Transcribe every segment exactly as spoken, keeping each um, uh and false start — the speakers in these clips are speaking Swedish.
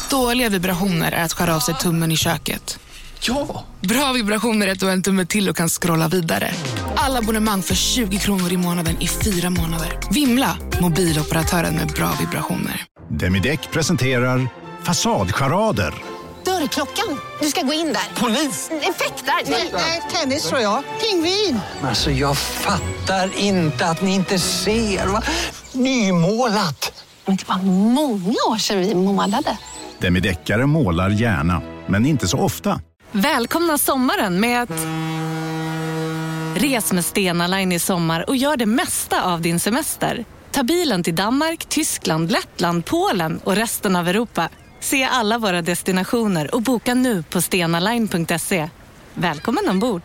Dåliga vibrationer är att skära av sig tummen i köket. Ja! Bra vibrationer är att du har en tumme till och kan scrolla vidare. Alla abonnemang för tjugo kronor i månaden i fyra månader. Vimla, mobiloperatören med bra vibrationer. Demideck presenterar Fasadcharader. Dörrklockan, du ska gå in där. Polis! Effektar? Nej, tennis tror jag. Pingvin. Alltså jag fattar inte att ni inte ser. Va? Nymålat! Men det var många år sedan vi målade. Demideckare målar gärna, men inte så ofta. Välkomna sommaren med att... Res med Stena Line i sommar och gör det mesta av din semester. Ta bilen till Danmark, Tyskland, Lettland, Polen och resten av Europa. Se alla våra destinationer och boka nu på stenaline punkt se. Välkommen ombord!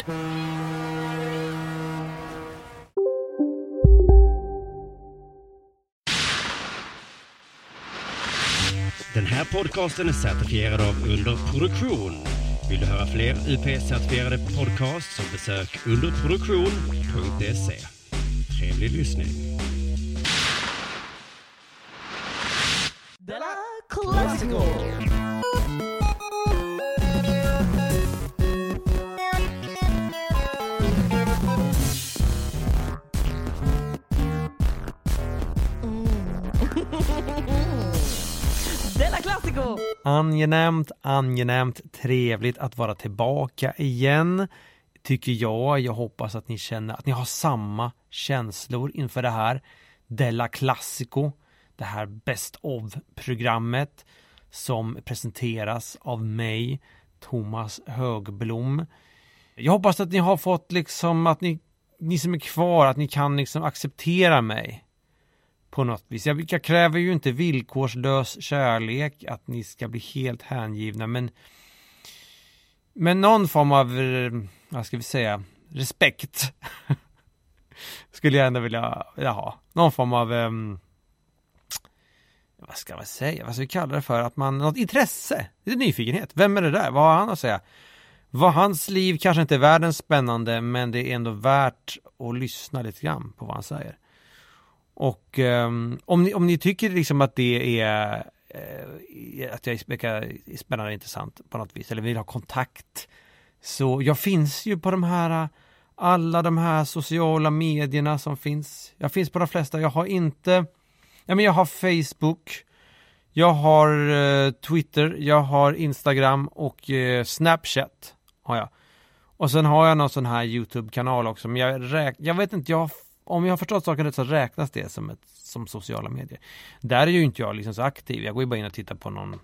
Den här podcasten är certifierad av Underproduktion. Vill du höra fler U P-certifierade podcasts så besök underproduktion punkt se. Trevlig lyssning. Della Classico. Della Classico. Angenämt, angenämt, trevligt att vara tillbaka igen, tycker jag. Jag hoppas att ni känner att ni har samma känslor inför det här Della Classico, det här Best of-programmet som presenteras av mig, Thomas Högblom. Jag hoppas att ni har fått liksom, att ni, ni som är kvar, att ni kan liksom acceptera mig på något vis. Jag, jag kräver ju inte villkorslös kärlek, att ni ska bli helt hängivna, men men någon form av, vad ska vi säga, respekt skulle jag ändå vilja, vilja ha. Någon form av um, vad ska man säga, vad ska vi kalla det för, att man, något intresse, lite nyfikenhet. Vem är det där? Vad har han att säga? Vad hans liv kanske inte är världens spännande, men det är ändå värt att lyssna lite grann på vad han säger. Och um, om, ni, om ni tycker liksom att det är uh, att jag är spännande och intressant på något vis, eller vill ha kontakt, så jag finns ju på de här, alla de här sociala medierna som finns. Jag finns på de flesta. Jag har inte, ja men jag har Facebook, jag har uh, Twitter, jag har Instagram och uh, Snapchat har jag. Och sen har jag någon sån här YouTube-kanal också, men jag, räk- jag vet inte, jag har om jag har förstått saken rätt så räknas det som, ett, som sociala medier. Där är ju inte jag liksom så aktiv. Jag går ju bara in och tittar på någon,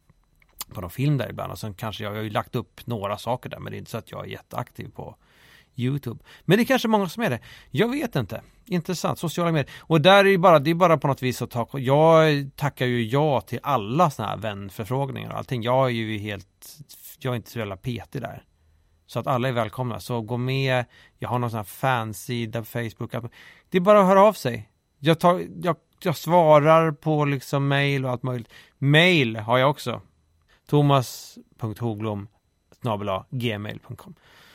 på någon film där ibland. Och sen kanske jag, jag har ju lagt upp några saker där. Men det är inte så att jag är jätteaktiv på YouTube. Men det är kanske många som är det. Jag vet inte. Intressant. Sociala medier. Och där är ju bara, det är bara på något vis att ta... Jag tackar ju ja till alla såna här vänförfrågningar och allting. Jag är ju helt... Jag är inte så jävla petig där. Så att alla är välkomna. Så gå med. Jag har någon sån här fansida på Facebook. Det är bara att höra av sig. Jag, tar, jag, jag svarar på liksom mail och allt möjligt. Mail har jag också. thomas punkt hoglom snabel-a gmail punkt com.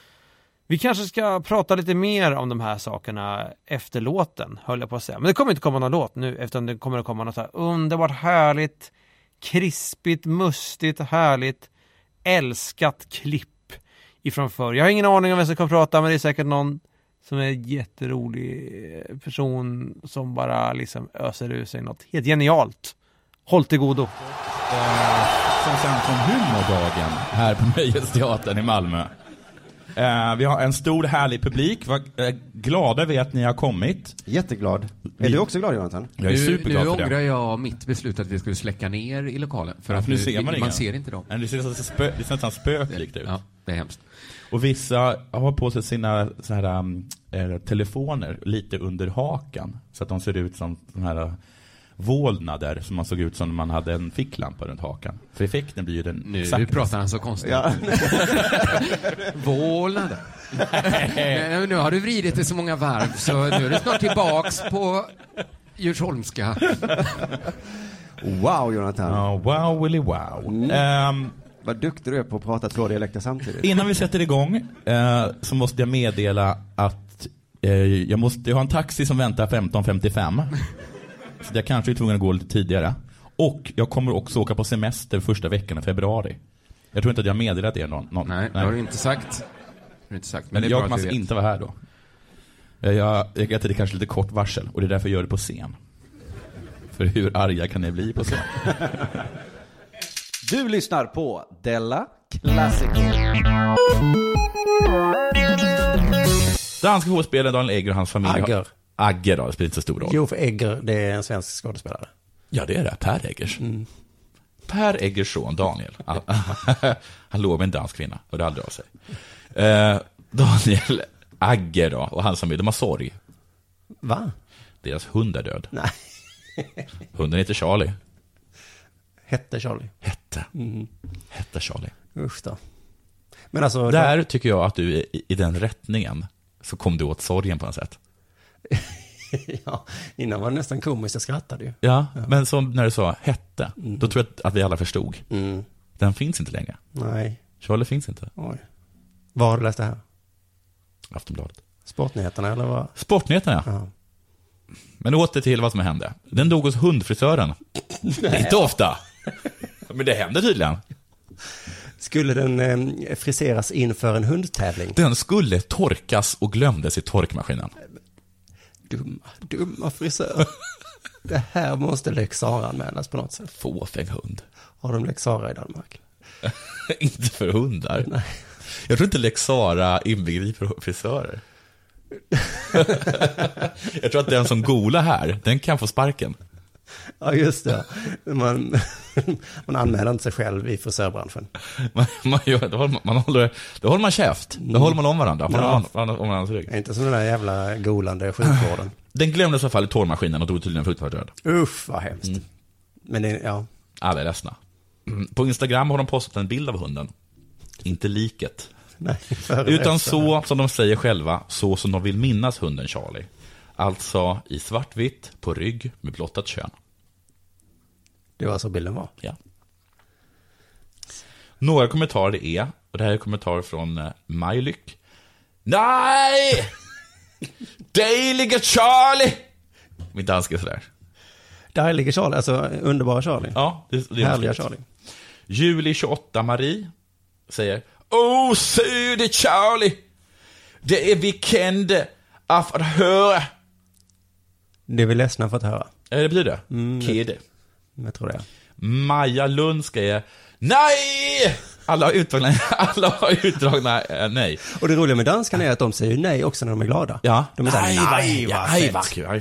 Vi kanske ska prata lite mer om de här sakerna efter låten, höll jag på att säga. Men det kommer inte komma någon låt nu, eftersom det kommer att komma något så här underbart härligt, krispigt, mustigt, härligt, älskat klipp ifrån förr. Jag har ingen aning om vem som kommer prata, men det är säkert någon som är en jätterolig person som bara liksom öser ur sig något helt genialt. Håll till godo. Eh, som sen kom humordagen här på Nöjesteatern i Malmö. Eh, vi har en stor härlig publik. Var eh, glada vi att ni har kommit. Jätteglad. Vi... Är du också glad, Jonathan? Jag är nu, superglad nu för det. ångrar jag mitt beslut att vi skulle släcka ner i lokalen. För ja, att nu nu, ser man, man ser inte dem. Men det ser nästan spö, det ser nästan spöklikt ut. Ja, det är hemskt. Och vissa har på sig sina så här, um, eh, telefoner lite under hakan. Så att de ser ut som de här vålnader som man såg ut som när man hade en ficklampa runt hakan. För effekten blir ju den... Nu exakt. pratar han så konstigt. Ja. Vålnader. Nej, nu har du vridit det så många varv så nu är du snart tillbaks på Djursholmska. Wow, Jonathan. Ja, wow, Willy wow. Mm. Um, Vad duktig du är på att prata två dialekter samtidigt. Innan vi sätter igång eh, så måste jag meddela att eh, jag måste jag har en taxi som väntar femton femtiofem. Så jag kanske är tvungen att gå lite tidigare. Och jag kommer också åka på semester första veckan i februari. Jag tror inte att jag meddelat er någon. någon. Nej, det har du inte sagt. Det har du inte sagt. Men, Men det är jag bra måste inte vara här då. Jag, jag, jag vet att det är kanske lite kort varsel. Och det är därför jag gör det på scen. För hur arga kan ni bli på scen? Du lyssnar på Della Classico. Danska fotbollsspelaren Daniel Egger och hans familj. Agger. Agger då, det spelar inte så stor roll. Jo, för Egger, det är en svensk skådespelare. Ja, det är det. Per Eggers. Mm. Per Eggers son, Daniel. Han, han låg med en dansk kvinna och det aldrig av sig. Eh, Daniel Agger då, och hans familj, de har sorg. Va? Deras hund är död. Nej. Hunden heter Charlie. Hette Charlie. Hette. Mm. Hette Charlie. Usch då. Men alltså... Där tycker jag att du i, i den rättningen så kom du åt sorgen på något sätt. Ja, innan var det nästan komiskt, jag skrattade ju. Ja, ja. Men som när du sa hette, mm. då tror jag att, att vi alla förstod. Mm. Den finns inte längre. Nej. Charlie finns inte. Oj. Vad har du läst det här? Aftonbladet. Sportnyheterna eller vad? Sportnyheterna, ja. Ja. Men åter till vad som hände. Den dog hos hundfrisören. Det är inte ofta. Men det hände tydligen. Skulle den eh, friseras inför en hundtävling? Den skulle torkas och glömdes i torkmaskinen. Dumma, dumma frisör. Det här måste Lex Sara anmälas på något sätt. Fåfäng hund. Har de Lex Sara i Danmark? Inte för hundar. Nej. Jag tror inte Lex Sara inbegriper frisörer. Jag tror att den som golar här, den kan få sparken. Ja, just det. Man, man anmäler inte sig själv i frisörbranschen. Man, man, gör, då, håller man, man håller, då håller man käft. Då mm. håller man om varandra. Man ja. om, om, om varandras rygg. Inte som den där jävla golande sjukvården. Den glömdes i alla fall i torrmaskinen och dog tydligen fruktansvärt död. Usch, vad hemskt. Mm. Men det, ja. Alla är ledsna. På Instagram har de postat en bild av hunden. Inte liket. Nej, utan så som de säger själva, så som de vill minnas hunden Charlie. Alltså i svartvitt på rygg med blottat kön. Det var så bilden var. Ja. Några kommentarer är, och det här är kommentarer från uh, Majlyck. Nej! Där ligger Charlie! Min danska sådär. Där ligger Charlie, alltså underbara Charlie. Ja, det, det är härliga Charlie. Juli tjugoåtta Marie säger: Åh, söde Charlie! Det är vi kände av att höra. Det är vi ledsna för att höra. Ja, det blir det. Mm, Kede. Jag tror det. Maja Lund säger: Nej! Alla har utdragna, alla har utdragna äh, nej. Och det roliga med danskarna är att de säger nej också när de är glada. Ja. De är så här, nej, ja, nej, vad kul.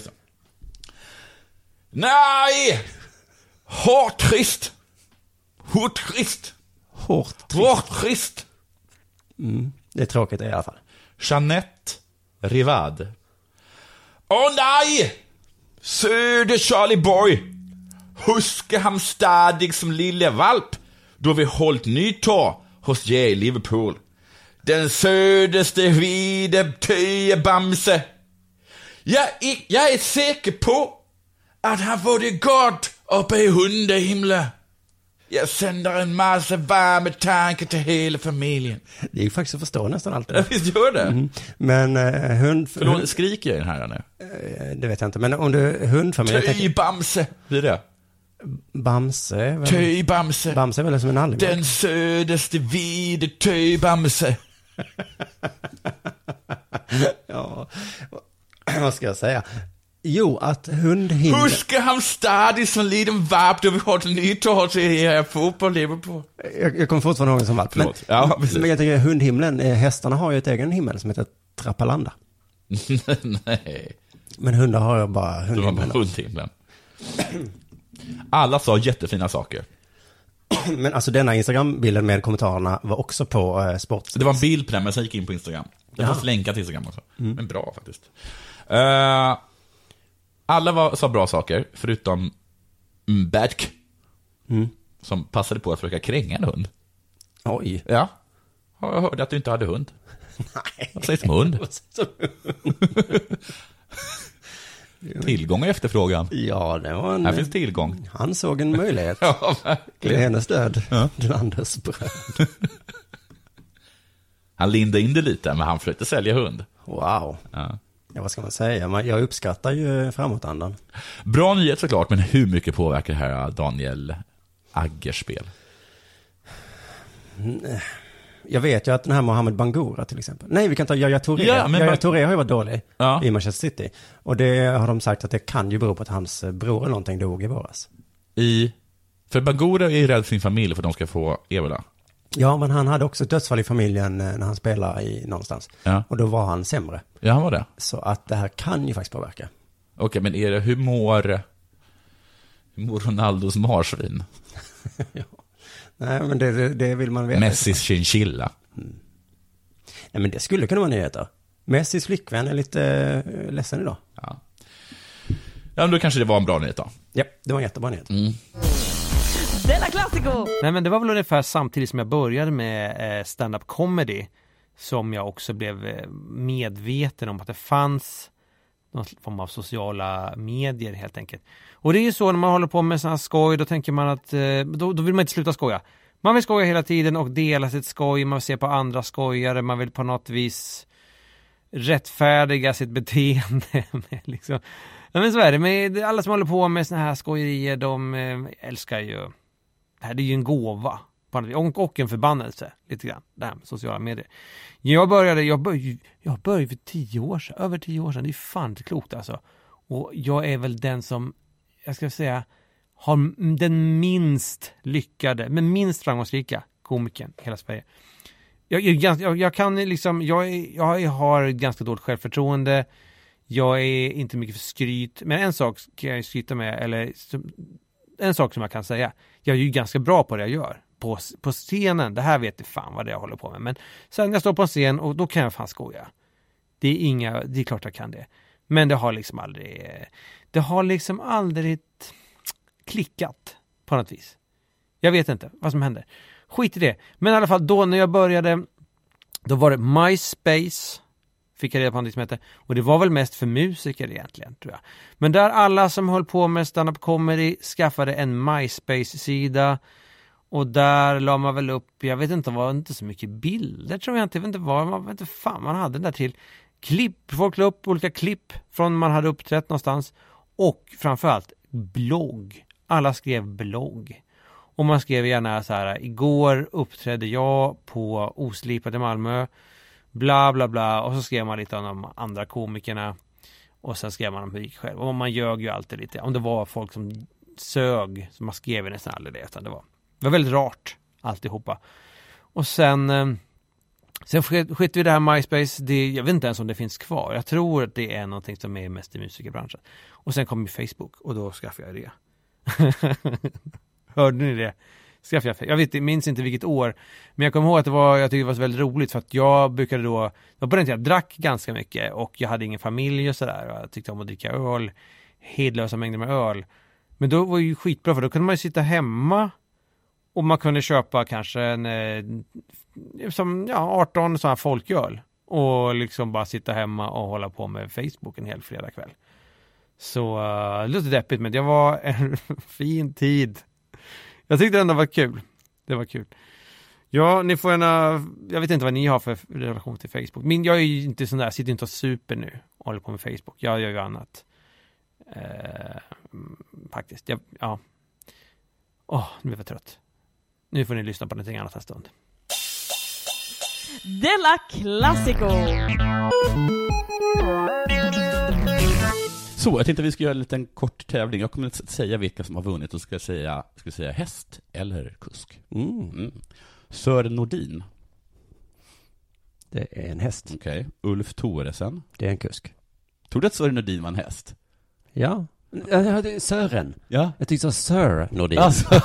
Nej! Hårt trist. Hårt trist. Hårt trist. Hårt trist. Mm, det är tråkigt i alla fall. Jeanette Rivad. Åh nej! Söde Charlie Boy. Huske ham stadig som lille valp då vi hållit nytår hos jag i Liverpool. Den södeste vide töje bamse. Jag är, jag är säker på att han får det gott uppe i hundehimlen. Jag sänder en massa varma tankar till hela familjen. Det är ju faktiskt att förstå nästan allt det. Ja, visst gör det. Mm. Men uh, hund... Förlåt, hund, skriker jag i den här nu? Uh, det vet jag inte, men om du hundfamilj... Töj Bamse, blir det? Bamse? Väl? Töj Bamse. Bamse är väl som en allimak? Den södaste vide Töj Bamse. Ja, vad ska jag säga? Jo, att hundhimlen... Huske ham stadig som liten valp då vi hållit nytår till er fotboll Liverpool. Jag, jag kommer fortfarande ihåg en som valp. Men, ja, men jag tänker, hundhimlen, hästarna har ju ett egen himmel som heter Trappalanda. Nej. Men hundar har jag bara hundhimlen. Det var bara hundhimlen. Alla sa jättefina saker. Men alltså denna Instagram-bilden med kommentarerna var också på eh, sport. Det var en bild på den, men sen gick in på Instagram. Det fanns länkat till Instagram också. Mm. Men bra faktiskt. Uh, alla var, sa bra saker, förutom Mbadk. Mm. Som passade på att försöka kränga en hund. Oj. Ja. Jag hörde att du inte hade hund. Nej. Vad sägs som hund? Tillgång och efterfrågan. Ja, det var en... Här finns tillgång. Han såg en möjlighet. Ja, det är hennes död. Ja. Den andres bröd. Han lindade in det lite, men han försökte sälja hund. Wow. Ja. Ja, vad ska man säga? Jag uppskattar ju framåtandan. Bra nyhet såklart, men hur mycket påverkar det här Daniel Aggers spel? Jag vet ju att den här Mohamed Bangura till exempel. Nej, vi kan ta Yaya Touré. Ja, men Yaya Bang- Touré har ju varit dålig ja. i Manchester City. Och det har de sagt att det kan ju bero på att hans bror eller någonting dog i våras. I... För Bangura är ju rädd för sin familj för att de ska få ebola. Ja, men han hade också ett dödsfall i familjen när han spelade i någonstans. Ja. Och då var han sämre. Ja, han var det. Så att det här kan ju faktiskt påverka. Okej, okay, men är det, hur mår, hur mår Ronaldos marsvin? Ja. Nej, men det, det vill man veta. Messis chinchilla. Mm. Nej, men det skulle kunna vara nyheter. Messis flickvän är lite äh, ledsen idag. Ja. Ja, men då kanske det var en bra nyhet då. Ja, det var en jättebra nyhet. Mm. Della Classico! Nej, men det var väl ungefär samtidigt som jag började med eh, stand-up comedy som jag också blev eh, medveten om att det fanns någon form av sociala medier helt enkelt. Och det är ju så när man håller på med sådana här skoj, då tänker man att eh, då, då vill man inte sluta skoja. Man vill skoja hela tiden och dela sitt skoj, man vill se på andra skojare, man vill på något vis rättfärdiga sitt beteende. liksom. Ja, men så är det, men alla som håller på med sådana här skojerier, de eh, älskar ju, det här är ju en gåva på något vis, och, och en förbannelse lite grann, det här med sociala medier. Jag började, jag började, jag började för tio år sedan, över tio år sedan, det är fan inte klokt alltså. Och jag är väl den som, jag ska säga, har den minst lyckade, men minst framgångsrika komikern i hela Sverige. Jag, jag, jag, jag kan liksom, jag, jag har ganska dåligt självförtroende. Jag är inte mycket för skryt. Men en sak kan jag skryta med, eller en sak som jag kan säga. Jag är ju ganska bra på det jag gör. På, på scenen, det här vet jag fan vad det jag håller på med. Men sen jag står på en scen och då kan jag fan skoja. Det är inga, det är klart jag kan det. Men det har liksom aldrig, det har liksom aldrig klickat på något vis. Jag vet inte vad som händer. Skit i det. Men i alla fall då när jag började, då var det MySpace. Fick jag reda på något som heter. Och det var väl mest för musiker egentligen, tror jag. Men där alla som höll på med stand-up comedy skaffade en MySpace-sida. Och där la man väl upp, jag vet inte, var inte så mycket bilder, tror jag inte. Jag vet inte vad, man vet inte fan man hade den där till. Klipp, folk la upp olika klipp från man hade uppträtt någonstans. Och framförallt blogg. Alla skrev blogg. Och man skrev gärna så här, igår uppträdde jag på Oslipat i Malmö. Bla bla bla. Och så skrev man lite om de andra komikerna. Och sen skrev man om hur det gick själv. Och man ljög ju alltid lite. Om det var folk som sög, så man skrev nästan aldrig det. Utan det var, det var väldigt rart alltihopa. Och sen... Sen skit vi det här MySpace, det, jag vet inte ens om det finns kvar. Jag tror att det är någonting som är mest i musikerbranschen. Och sen kom ju Facebook och då skaffade jag det. Hörde ni det? Skaffade jag, jag vet, minns inte vilket år. Men jag kommer ihåg att det var, jag tyckte det var väldigt roligt för att jag brukade då, det var på den tiden jag drack ganska mycket och jag hade ingen familj och sådär. Och jag tyckte om att dricka öl, hedlösa mängder med öl. Men då var det ju skitbra för då kunde man ju sitta hemma och man kunde köpa kanske en som ja, arton sådana folköl och liksom bara sitta hemma och hålla på med Facebook en hel fredag kväll. Så uh, lite deppigt, men det var en fin tid. Jag tyckte det ändå var kul. Det var kul. Ja, ni får gärna, jag vet inte vad ni har för relation till Facebook. Men jag är ju inte sån där, sitter inte och super nu och håller på med Facebook. Jag gör ju annat. Eh, faktiskt. Jag, ja. Åh, oh, nu är jag trött. Nu får ni lyssna på någonting annat en stund. Della Classico. Så, jag tänkte att vi ska göra en liten kort tävling. Jag kommer att säga vilka som har vunnit och ska säga, ska säga häst eller kusk. Mm. Mm. Sören Nordin. Det är en häst. Okej. Okay. Ulf Thoresen. Det är en kusk. Tror du att Sören Nordin var en häst? Ja. Ja, det är Sören. Ja. Jag tyckte det var Sir Nordin. Alltså.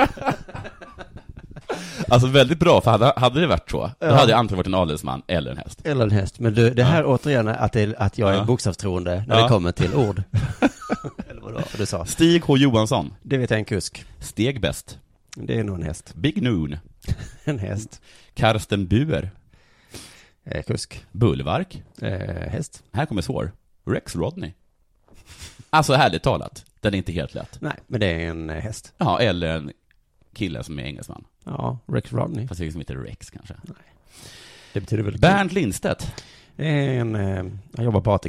Alltså väldigt bra, för hade, hade det varit så, då ja. hade jag antingen varit en adelsman eller en häst. Eller en häst, men du, det här ja. återigen att, det, att jag är ja. bokstavstroende när ja. det kommer till ord. Eller vad du sa. Stig H. Johansson. Det vet jag en kusk. Steg bäst. Det är nog en häst. Big Noon. En häst. Karsten Buer. Eh, kusk. Bullvark. Eh, häst. Här kommer svår. Rex Rodney. Alltså härligt talat, den är inte helt lätt. Nej, men det är en häst. Ja, eller en kille som är engelsman. Ja, Rex Rodney. Fast det som heter Rex kanske. Nej. Det betyder väl... Bernt Lindstedt. Det är en... Eh, jag jobbar på A T G.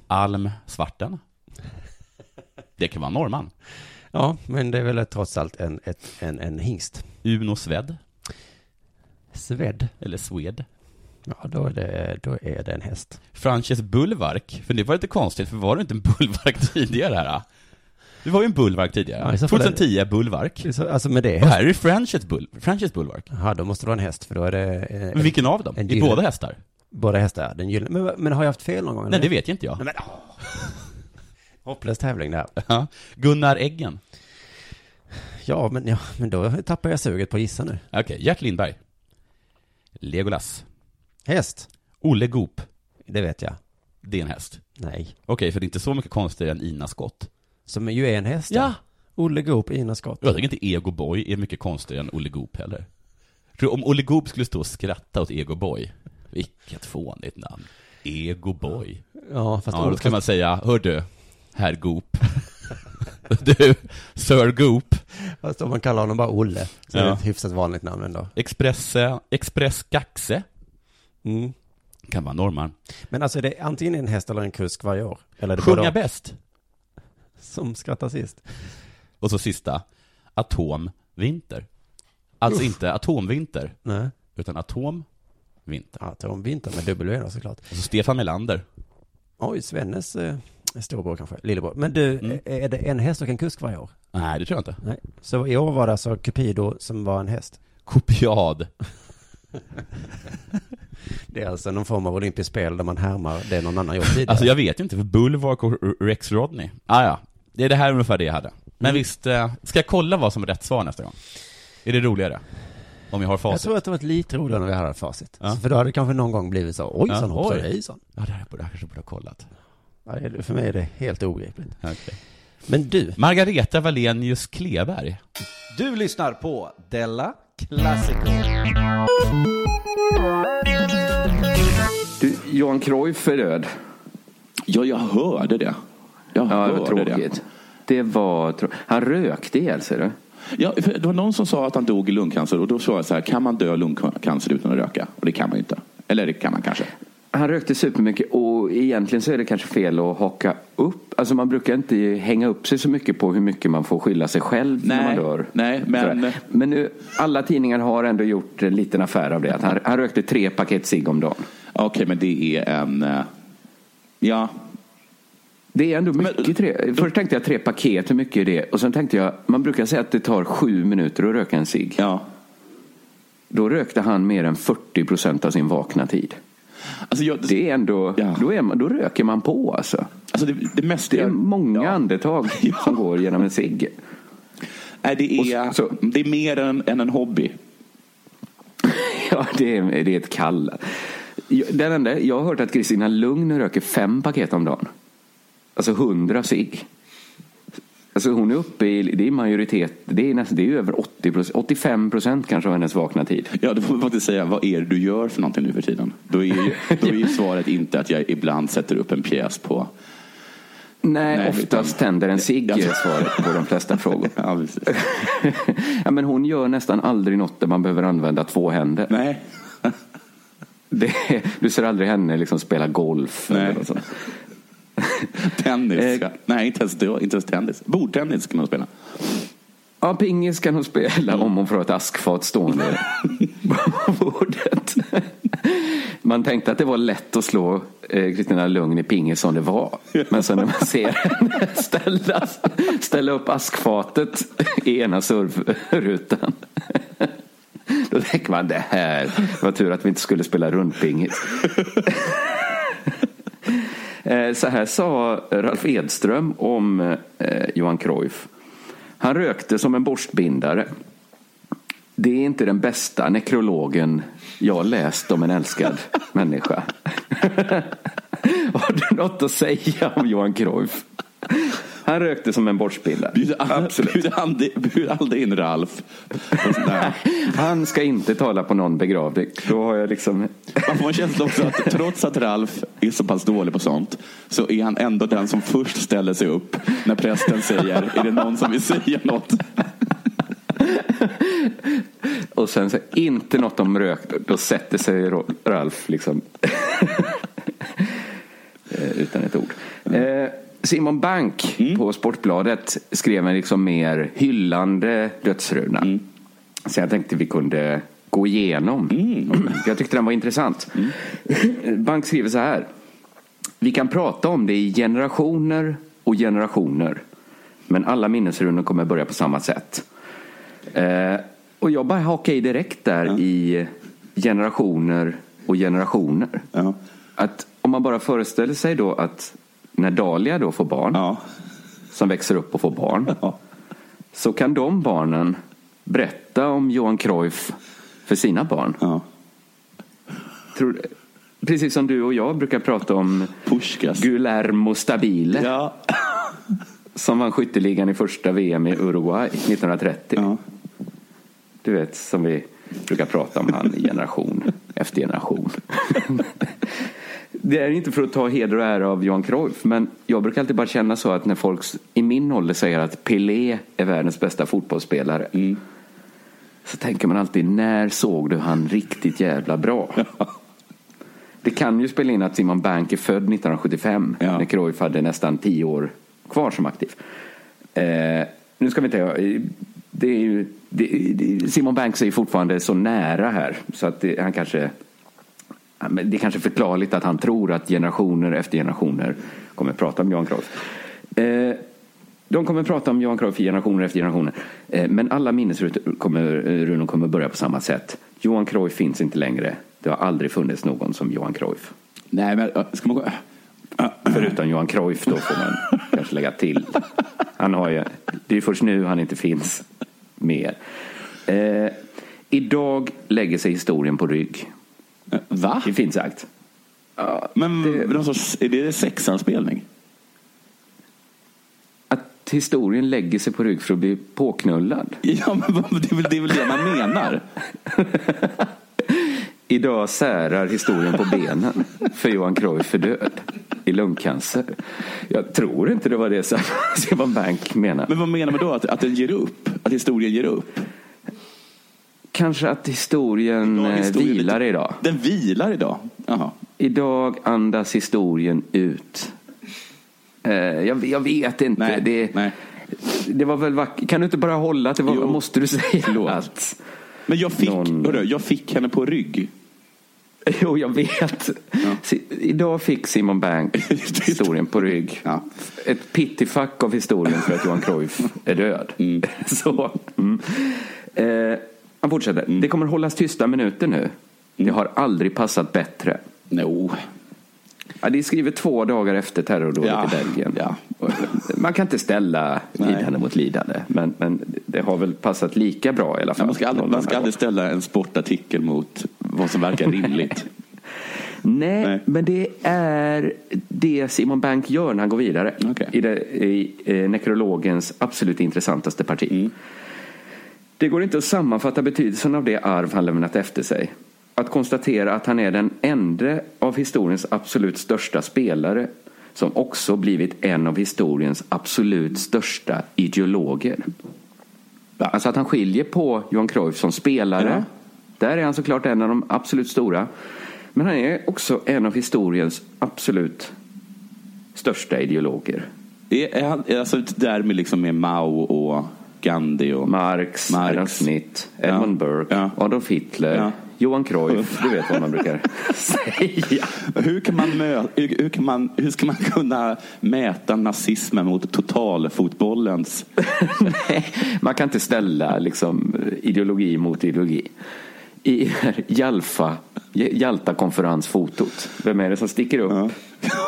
Alm Svarten. Det kan vara norrman. Ja, men det är väl trots allt en, ett, en, en hingst. Uno Sved. Sved. Eller Swed. Ja, då är, det, då är det en häst. Frances Bulwark. För det var lite konstigt, för var det inte en Bulwark tidigare här? Det var ju en Bulwark tidigare. Ja, tjugohundratio Bulwark. Så, alltså med det. Och här är det Frances, Bull, Frances Bulwark. Ja, då måste det vara en häst, för då är det... En, men vilken av dem? En I båda hästar? Båda hästar, den gyllene. Men, men har jag haft fel någon gång? Nej, eller? det vet jag inte jag. Nej, men, oh. Hopplös tävling där. Ja. Gunnar Eggen. Ja, men, ja, men då tappar jag suget på gissa nu. Okej, okay. Gert Lindberg. Legolas. Häst. Olle Goop. Det vet jag. Det är en häst. Nej. Okej, okay, för det är inte så mycket konstigare än Ina Skott. Som ju är en häst. Ja. Olle Goop, Ina Skott. Jag tycker inte Ego Boy är mycket konstigare än Olle Goop heller. För om Olle Goop skulle stå och skratta åt Ego Boy, vilket fånigt namn. Ego Boy. Ja, fast ja, då ska man säga, hör du, herr Goop. Du, Sir Goop. Fast om man kallar honom bara Olle, så ja. är det ett hyfsat vanligt namn ändå. Express, Express Gaxe. Mm. Kan vara norrman. Men alltså är det antingen en häst eller en kusk varje år? Eller är det Sjunga bara bäst. Som skrattar sist. Och så sista, Atomvinter. Alltså Uff. inte atomvinter. Nej. Utan atomvinter. Atomvinter med W då såklart. Och så Stefan Melander. Oj, Svennes eh, storbror kanske, lillebror. Men du, mm. är det en häst och en kusk varje år? Nej, det tror jag inte. Nej. Så i år var det alltså Cupido som var en häst? Kopiad. Det är alltså någon form av olympiskt spel där man härmar det någon annan gjort tidigare. Alltså jag vet inte, för Bulwark och Rex Rodney. Ah, ja, det är det här ungefär det jag hade. Men mm. visst, ska jag kolla vad som är rätt svar nästa gång? Är det roligare? Om jag har facit. Jag tror att det var lite roligare när vi hade facit. Ja. För då hade det kanske någon gång blivit så, oj, ja, sån hoppsar det i sån. Ja, det här borde jag kanske borde ha kollat. Ja, för mig är det helt obegripligt. Okay. Men du. Margareta Wallenius Kleberg. Du lyssnar på Della Classico. Du, Johan Cruyff är död. Ja, jag hörde det. Jag ja, hörde det var tråkigt. Det. det var tro... Han rökte ihjäl sig, du. Ja, för det var någon som sa att han dog i lungcancer. Och då sa jag så här, kan man dö lungcancer utan att röka? Och det kan man ju inte. Eller det kan man kanske. Han rökte supermycket. Och egentligen så är det kanske fel att haka upp. Alltså man brukar inte hänga upp sig så mycket på hur mycket man får skylla sig själv nej, när man dör. Nej, men... Men nu, alla tidningar har ändå gjort en liten affär av det. Att han, han rökte tre paket cigg om dagen. Okej, okay, men det är en... Ja... Det är ändå mycket. Men, tre. Först tänkte jag tre paket, hur mycket är det? Och sen tänkte jag, man brukar säga att det tar sju minuter att röka en cigg. Ja. Då rökte han mer än fyrtio procent av sin vakna tid. Alltså jag, det är ändå, ja. då, är man, då röker man på alltså. Alltså det, det, mesta det är många ja. andetag ja. som går genom en cigg. Nej, det är, så, det är mer än, än en hobby. Ja, det är, det är ett kall. Den enda, jag har hört att Kristina Lugn röker fem paket om dagen. Alltså hundra cigg. Alltså hon är uppe i, det är majoritet, det är nästan, det är över åttio procent, åttiofem procent kanske av hennes vakna tid. Ja, då får man faktiskt säga, vad är det du gör för någonting nu för tiden? Då är ju, då är ju svaret inte att jag ibland sätter upp en pjäs på... Nej, Nej oftast utan... tänder en cigg är svaret på de flesta frågor. Ja, ja, men hon gör nästan aldrig något där man behöver använda två händer. Nej. Det, du ser aldrig henne liksom spela golf. Nej. Eller så. Tennis. Nej, inte ens, inte ens tennis. Bordtennis kan hon spela. Ja, pingis kan hon spela mm. om hon får ett askfat stående på bordet. Man tänkte att det var lätt att slå eh, Kristina Lugn i pingis som det var. Men sen när man ser henne ställa, ställa upp askfatet i ena servrutan, då tänker man, det här var tur att vi inte skulle spela rundpingis. Så här sa Ralf Edström om eh, Johan Cruyff. Han rökte som en borstbindare. Det är inte den bästa nekrologen jag läst om en älskad människa. Har du något att säga om Johan Cruyff? Han rökte som en borstbindare. Bjud aldrig, aldrig in Ralf. Han ska inte tala på någon begravning. Då har jag liksom... Man får en känsla också att trots att Ralf är så pass dålig på sånt, så är han ändå den som först ställer sig upp när prästen säger, är det någon som vill säga något? Och sen så inte något om rök. Då sätter sig Ralf liksom utan ett ord. Eh, Simon Bank mm. på Sportbladet skrev en liksom mer hyllande dödsruna. Mm. Så jag tänkte vi kunde gå igenom. Mm. Jag tyckte den var intressant. Mm. Bank skriver så här: vi kan prata om det i generationer och generationer, men alla minnesrunor kommer börja på samma sätt. Eh, och jag bara hakar i direkt där ja. i generationer och generationer. Ja. Att om man bara föreställer sig då att när Dahlia då får barn, ja. som växer upp och får barn, ja. så kan de barnen berätta om Johan Cruyff för sina barn. Ja. Tror, precis som du och jag brukar prata om Puskas. Guillermo Stabile. Ja. Som vann skytteligan i första V M i Uruguay nittonhundratrettio. Ja. Du vet, som vi brukar prata om han i generation efter generation. Det är inte för att ta heder och ära av Johan Cruyff, men jag brukar alltid bara känna så att när folk i min ålder säger att Pelé är världens bästa fotbollsspelare, mm. så tänker man alltid, när såg du han riktigt jävla bra? Ja. Det kan ju spela in att Simon Bank är född nittonhundrasjuttiofem, ja. när Cruyff hade nästan tio år kvar som aktiv. Eh, nu ska vi inte... Det är ju, det, det, Simon Banks är fortfarande så nära här, så att det, han kanske... Det är kanske förklarligt att han tror att generationer efter generationer kommer att prata om Johan Cruyff. Eh, de kommer att prata om Johan Cruyff generationer efter generationer. Eh, men alla minnesrunor kommer, kommer börja på samma sätt. Johan Cruyff finns inte längre. Det har aldrig funnits någon som Johan Cruyff. Nej, men ska man gå... Förutom Johan Cruyff då får man kanske lägga till. Han har ju, det är först nu han inte finns mer. Eh, idag lägger sig historien på rygg. Va? Det finns sagt. Ja, men det, är det sexanspelning? Att historien lägger sig på rygg för att bli påknullad. Ja, men det är väl det, är väl det man menar. Idag särar historien på benen för Johan Cruyff är död i lungcancer. Jag tror inte det var det som Simon Bank menar. Men vad menar man då? Att, att den ger upp? Att historien ger upp? Kanske att historien, idag, historien vilar idag. Den vilar idag? Jaha. Idag andas historien ut. Eh, jag, jag vet inte. Nej, det, nej. det var väl vack- Kan du inte bara hålla att det var, jo, måste du säga att men jag fick, någon... hörru, jag fick henne på rygg. Jo, jag vet. Ja. Idag fick Simon Bank historien på rygg. Ja. Ett pittifack av historien för att Johan Cruyff är död. Mm. Så. Mm. Eh, han fortsätter. Mm. Det kommer hållas tysta minuter nu. Mm. Det har aldrig passat bättre. No. Ja, det är skrivet två dagar efter terrordådet ja. i Belgien. Ja. Man kan inte ställa Nej. lidande mot lidande. Men, men det har väl passat lika bra i alla fall. Ja, man ska aldrig, man ska aldrig ställa en sportartikel mot vad som verkar rimligt. Nej, Nej, men det är det Simon Bank gör när han går vidare. Okay. I, det, i eh, nekrologens absolut intressantaste parti. Mm. Det går inte att sammanfatta betydelsen av det arv han lämnat efter sig. Att konstatera att han är den enda av historiens absolut största spelare som också blivit en av historiens absolut största ideologer. Alltså att han skiljer på Johan Cruyff som spelare. Ja. Där är han såklart en av de absolut stora. Men han är också en av historiens absolut största ideologer. Är han alltså där med liksom med Mao och Gandhi och Marx, Marx. Adam Smith, Edmund ja. Burke, ja. Adolf Hitler, ja. Johan Cruyff, du vet vad man brukar säga. Hur kan man mö- hur, hur kan man hur ska man kunna mäta nazismen mot totalfotbollens? Nej, man kan inte ställa liksom ideologi mot ideologi. I Jalfa Jalta-konferensfotot. Vem är det som sticker upp? Ja.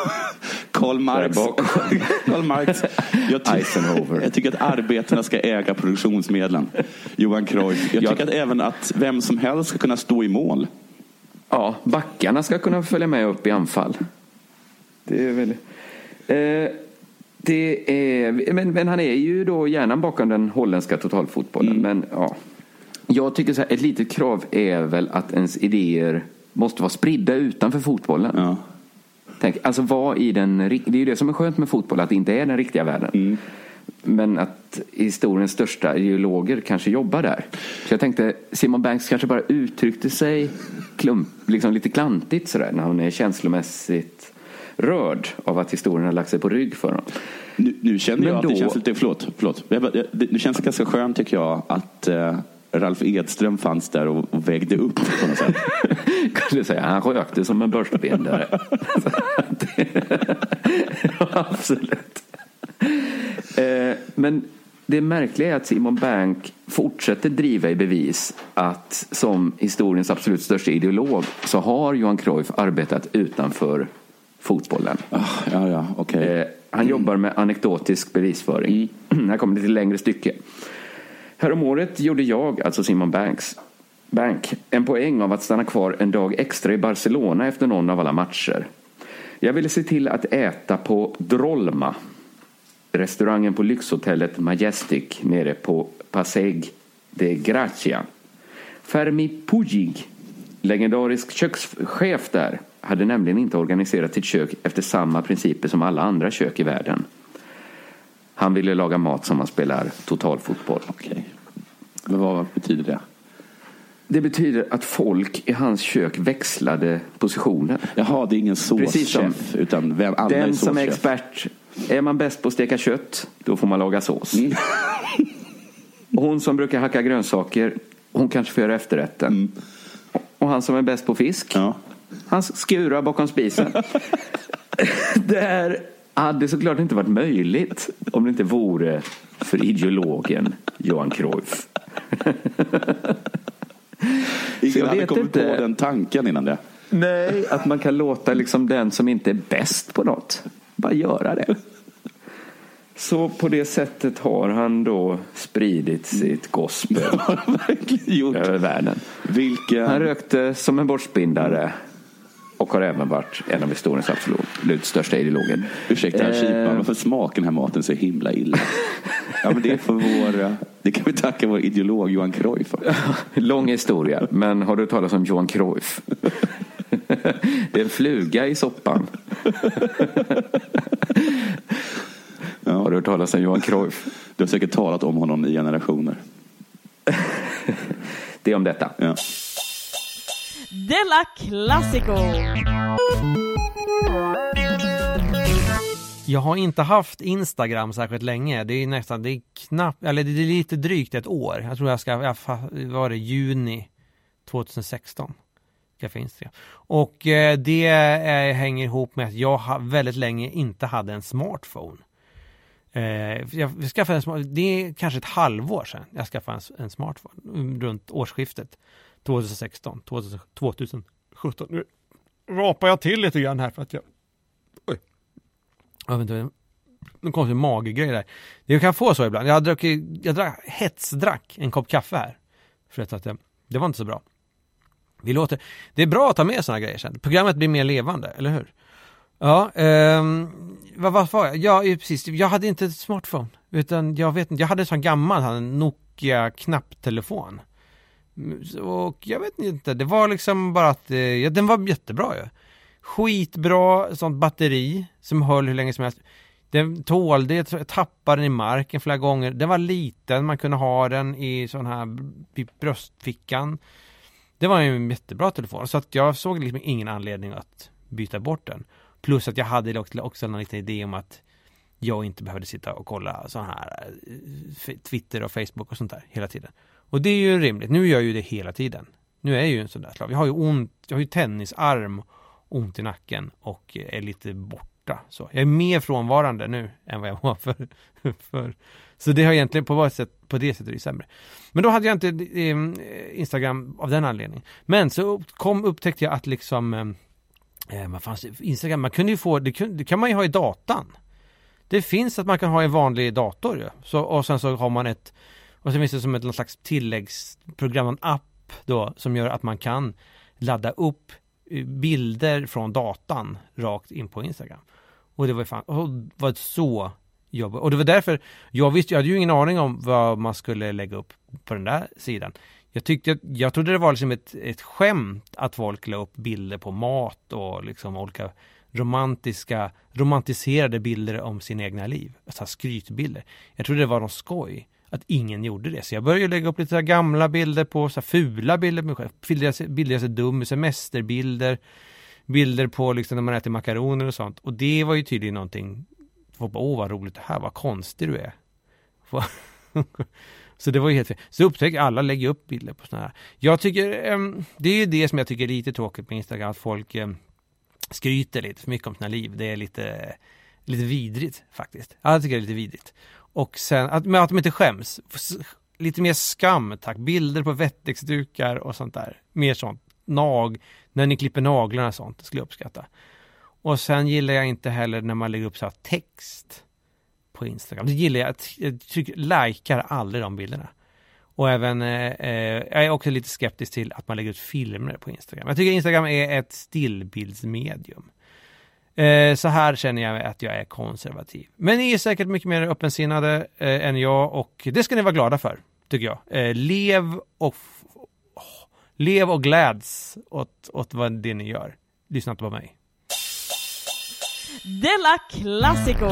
Karl Marx. Karl Marx. Jag, ty- Eisenhower. jag tycker att arbetarna ska äga produktionsmedlen. Johan Cruyff. Jag tycker jag... att även att vem som helst ska kunna stå i mål. Ja, backarna ska kunna följa med upp i anfall. Det är väl... Eh, det är... Men, men han är ju då hjärnan bakom den holländska totalfotbollen. Mm. Men ja... Jag tycker så här, ett litet krav är väl att ens idéer måste vara spridda utanför fotbollen. Ja. Tänk, alltså vad i den, det är ju det som är skönt med fotboll, att det inte är den riktiga världen. Mm. Men att historiens största ideologer kanske jobbar där. Så jag tänkte, Simon Banks kanske bara uttryckte sig klump, liksom lite klantigt sådär, när han är känslomässigt rörd av att historien har lagt sig på rygg för honom. Nu, nu känner jag Men att det då- känns lite, förlåt, förlåt. Det känns ganska skönt tycker jag att eh, Ralf Edström fanns där och, och vägde upp på något sätt. Kan du säga, han rökte som en börsbindare. Absolut. Eh, men det märkliga är att Simon Bank fortsätter driva i bevis att som historiens absolut största ideolog så har Johan Cruyff arbetat utanför fotbollen. Ah, ja, ja, okay. eh, han mm. jobbar med anekdotisk bevisföring. Mm. Här kommer det till längre stycke. Häromåret gjorde jag, alltså Simon Banks, Bank, en poäng av att stanna kvar en dag extra i Barcelona efter någon av alla matcher. Jag ville se till att äta på Drolma, restaurangen på lyxhotellet Majestic nere på Passeig de Gracia. Fermi Puig, legendarisk kökschef där, hade nämligen inte organiserat sitt kök efter samma principer som alla andra kök i världen. Han ville laga mat som man spelar totalfotboll. Okej. Men vad betyder det? Det betyder att folk i hans kök växlade positioner. Jaha, det är ingen såschef utan vem alla den är som är såschef. expert. Är man bäst på att steka kött, då får man laga sås. Mm. Och hon som brukar hacka grönsaker, hon kanske får göra efterrätten. Mm. Och han som är bäst på fisk, ja. han skurar bakom spisen. Det här hade såklart inte varit möjligt om det inte vore för ideologen Johan Cruyff. Ingen hade kommit på den tanken innan det. Nej, att man kan låta liksom den som inte är bäst på något bara göra det. Så på det sättet har han då spridit sitt gospel över världen. Vilka... Han rökte som en borstbindare och har även varit en av historiens absolut största ideologer. Ursäkta, eh... Kipan, varför smakar den här maten så himla illa? Ja, men det är för vår... Det kan vi tacka vår ideolog Johan Cruyff. Lång historia, men har du talat om Johan Cruyff? Det är en fluga i soppan. Ja. Har du hört talas om Johan Cruyff? Du har säkert talat om honom i generationer. Det är om detta. Ja. Della Classico. Jag har inte haft Instagram särskilt länge. Det är nästan, det är knappt, eller det är lite drygt ett år. Jag tror jag ska, jag var det juni tjugohundrasexton. Skaffa Instagram. Och eh, det eh, hänger ihop med att jag ha, väldigt länge inte hade en smartphone. Eh, jag skaffade en smartphone, det är kanske ett halvår sedan jag skaffade en, en smartphone runt årsskiftet tjugohundrasexton tjugosjutton. Nu rapar jag till lite grann här för att jag oj. Jag vet inte, nu kommer en magegrej där. Det kan få så ibland. Jag drack, jag drack hetsdrack en kopp kaffe här. För att det, det var inte så bra. Vi låter, det är bra att ta med såna grejer sen. Programmet blir mer levande, eller hur? Ja, um, vad, vad var jag? Ja, precis. Jag hade inte ett smartphone. Utan jag vet inte, jag hade en sån gammal en Nokia knapptelefon. Och jag vet inte, det var liksom bara att ja, den var jättebra ju. Skitbra sånt batteri som höll hur länge som helst. Den tålde, jag tappade den i marken flera gånger. Den var liten, man kunde ha den i sån här i bröstfickan. Det var en jättebra telefon, så att jag såg liksom ingen anledning att byta bort den. Plus att jag hade också, också en liten idé om att jag inte behövde sitta och kolla sån här Twitter och Facebook och sånt där hela tiden. Och det är ju rimligt. Nu gör jag ju det hela tiden. Nu är jag ju en sån där slav. Jag har ju ont, jag har ju tennisarm, ont i nacken och är lite borta. Så jag är mer frånvarande nu än vad jag var för. för. Så det har egentligen på, vad sätt, på det sättet är det sämre. Men då hade jag inte eh, Instagram av den anledningen. Men så kom, upptäckte jag att liksom eh, vad fanns det? Instagram, man kunde ju få, det, kun, det kan man ju ha i datan. Det finns att man kan ha i en vanlig dator ju. Så, och sen så har man ett, och sen finns det som ett någon slags tilläggsprogram, en app då, som gör att man kan ladda upp bilder från datan rakt in på Instagram. Och det var fan, och det var så jobbigt. Och det var därför, jag visste, jag hade ju ingen aning om vad man skulle lägga upp på den där sidan. Jag tyckte, jag trodde det var liksom ett, ett skämt att folk la upp bilder på mat och liksom olika romantiska, romantiserade bilder om sin egna liv. Alltså skrytbilder. Jag trodde det var någon skoj att ingen gjorde det. Så jag började lägga upp lite så gamla bilder på så fula bilder med själv. Bilder jag ser dum, semesterbilder, bilder på liksom när man äter makaroner och sånt. Och det var ju tydligen någonting, folk bara, åh vad roligt det här, vad konstig du är. Så det var ju helt fel. Så upptäcker alla lägger upp bilder på såna här. Jag tycker, um, det är ju det som jag tycker är lite tråkigt på Instagram, att folk um, skryter lite för mycket om sina liv. Det är lite, lite vidrigt faktiskt. Jag tycker det är lite vidrigt. Och sen, att, men att de inte skäms. Lite mer skam, tack. Bilder på vettexdukar och sånt där. Mer sånt. Nag, när ni klipper naglarna och sånt. Det skulle jag uppskatta. Och sen gillar jag inte heller när man lägger upp så här text på Instagram. Det gillar jag. Jag tycker, likar aldrig de bilderna. Och även, eh, jag är också lite skeptisk till att man lägger ut filmer på Instagram. Jag tycker Instagram är ett stillbildsmedium. Eh, så här känner jag att jag är konservativ. Men ni är säkert mycket mer öppensinnade eh, än jag, och det ska ni vara glada för, tycker jag. Eh, lev och oh, lev och gläds åt, åt vad det ni gör. Lyssna inte på mig. Della Classico.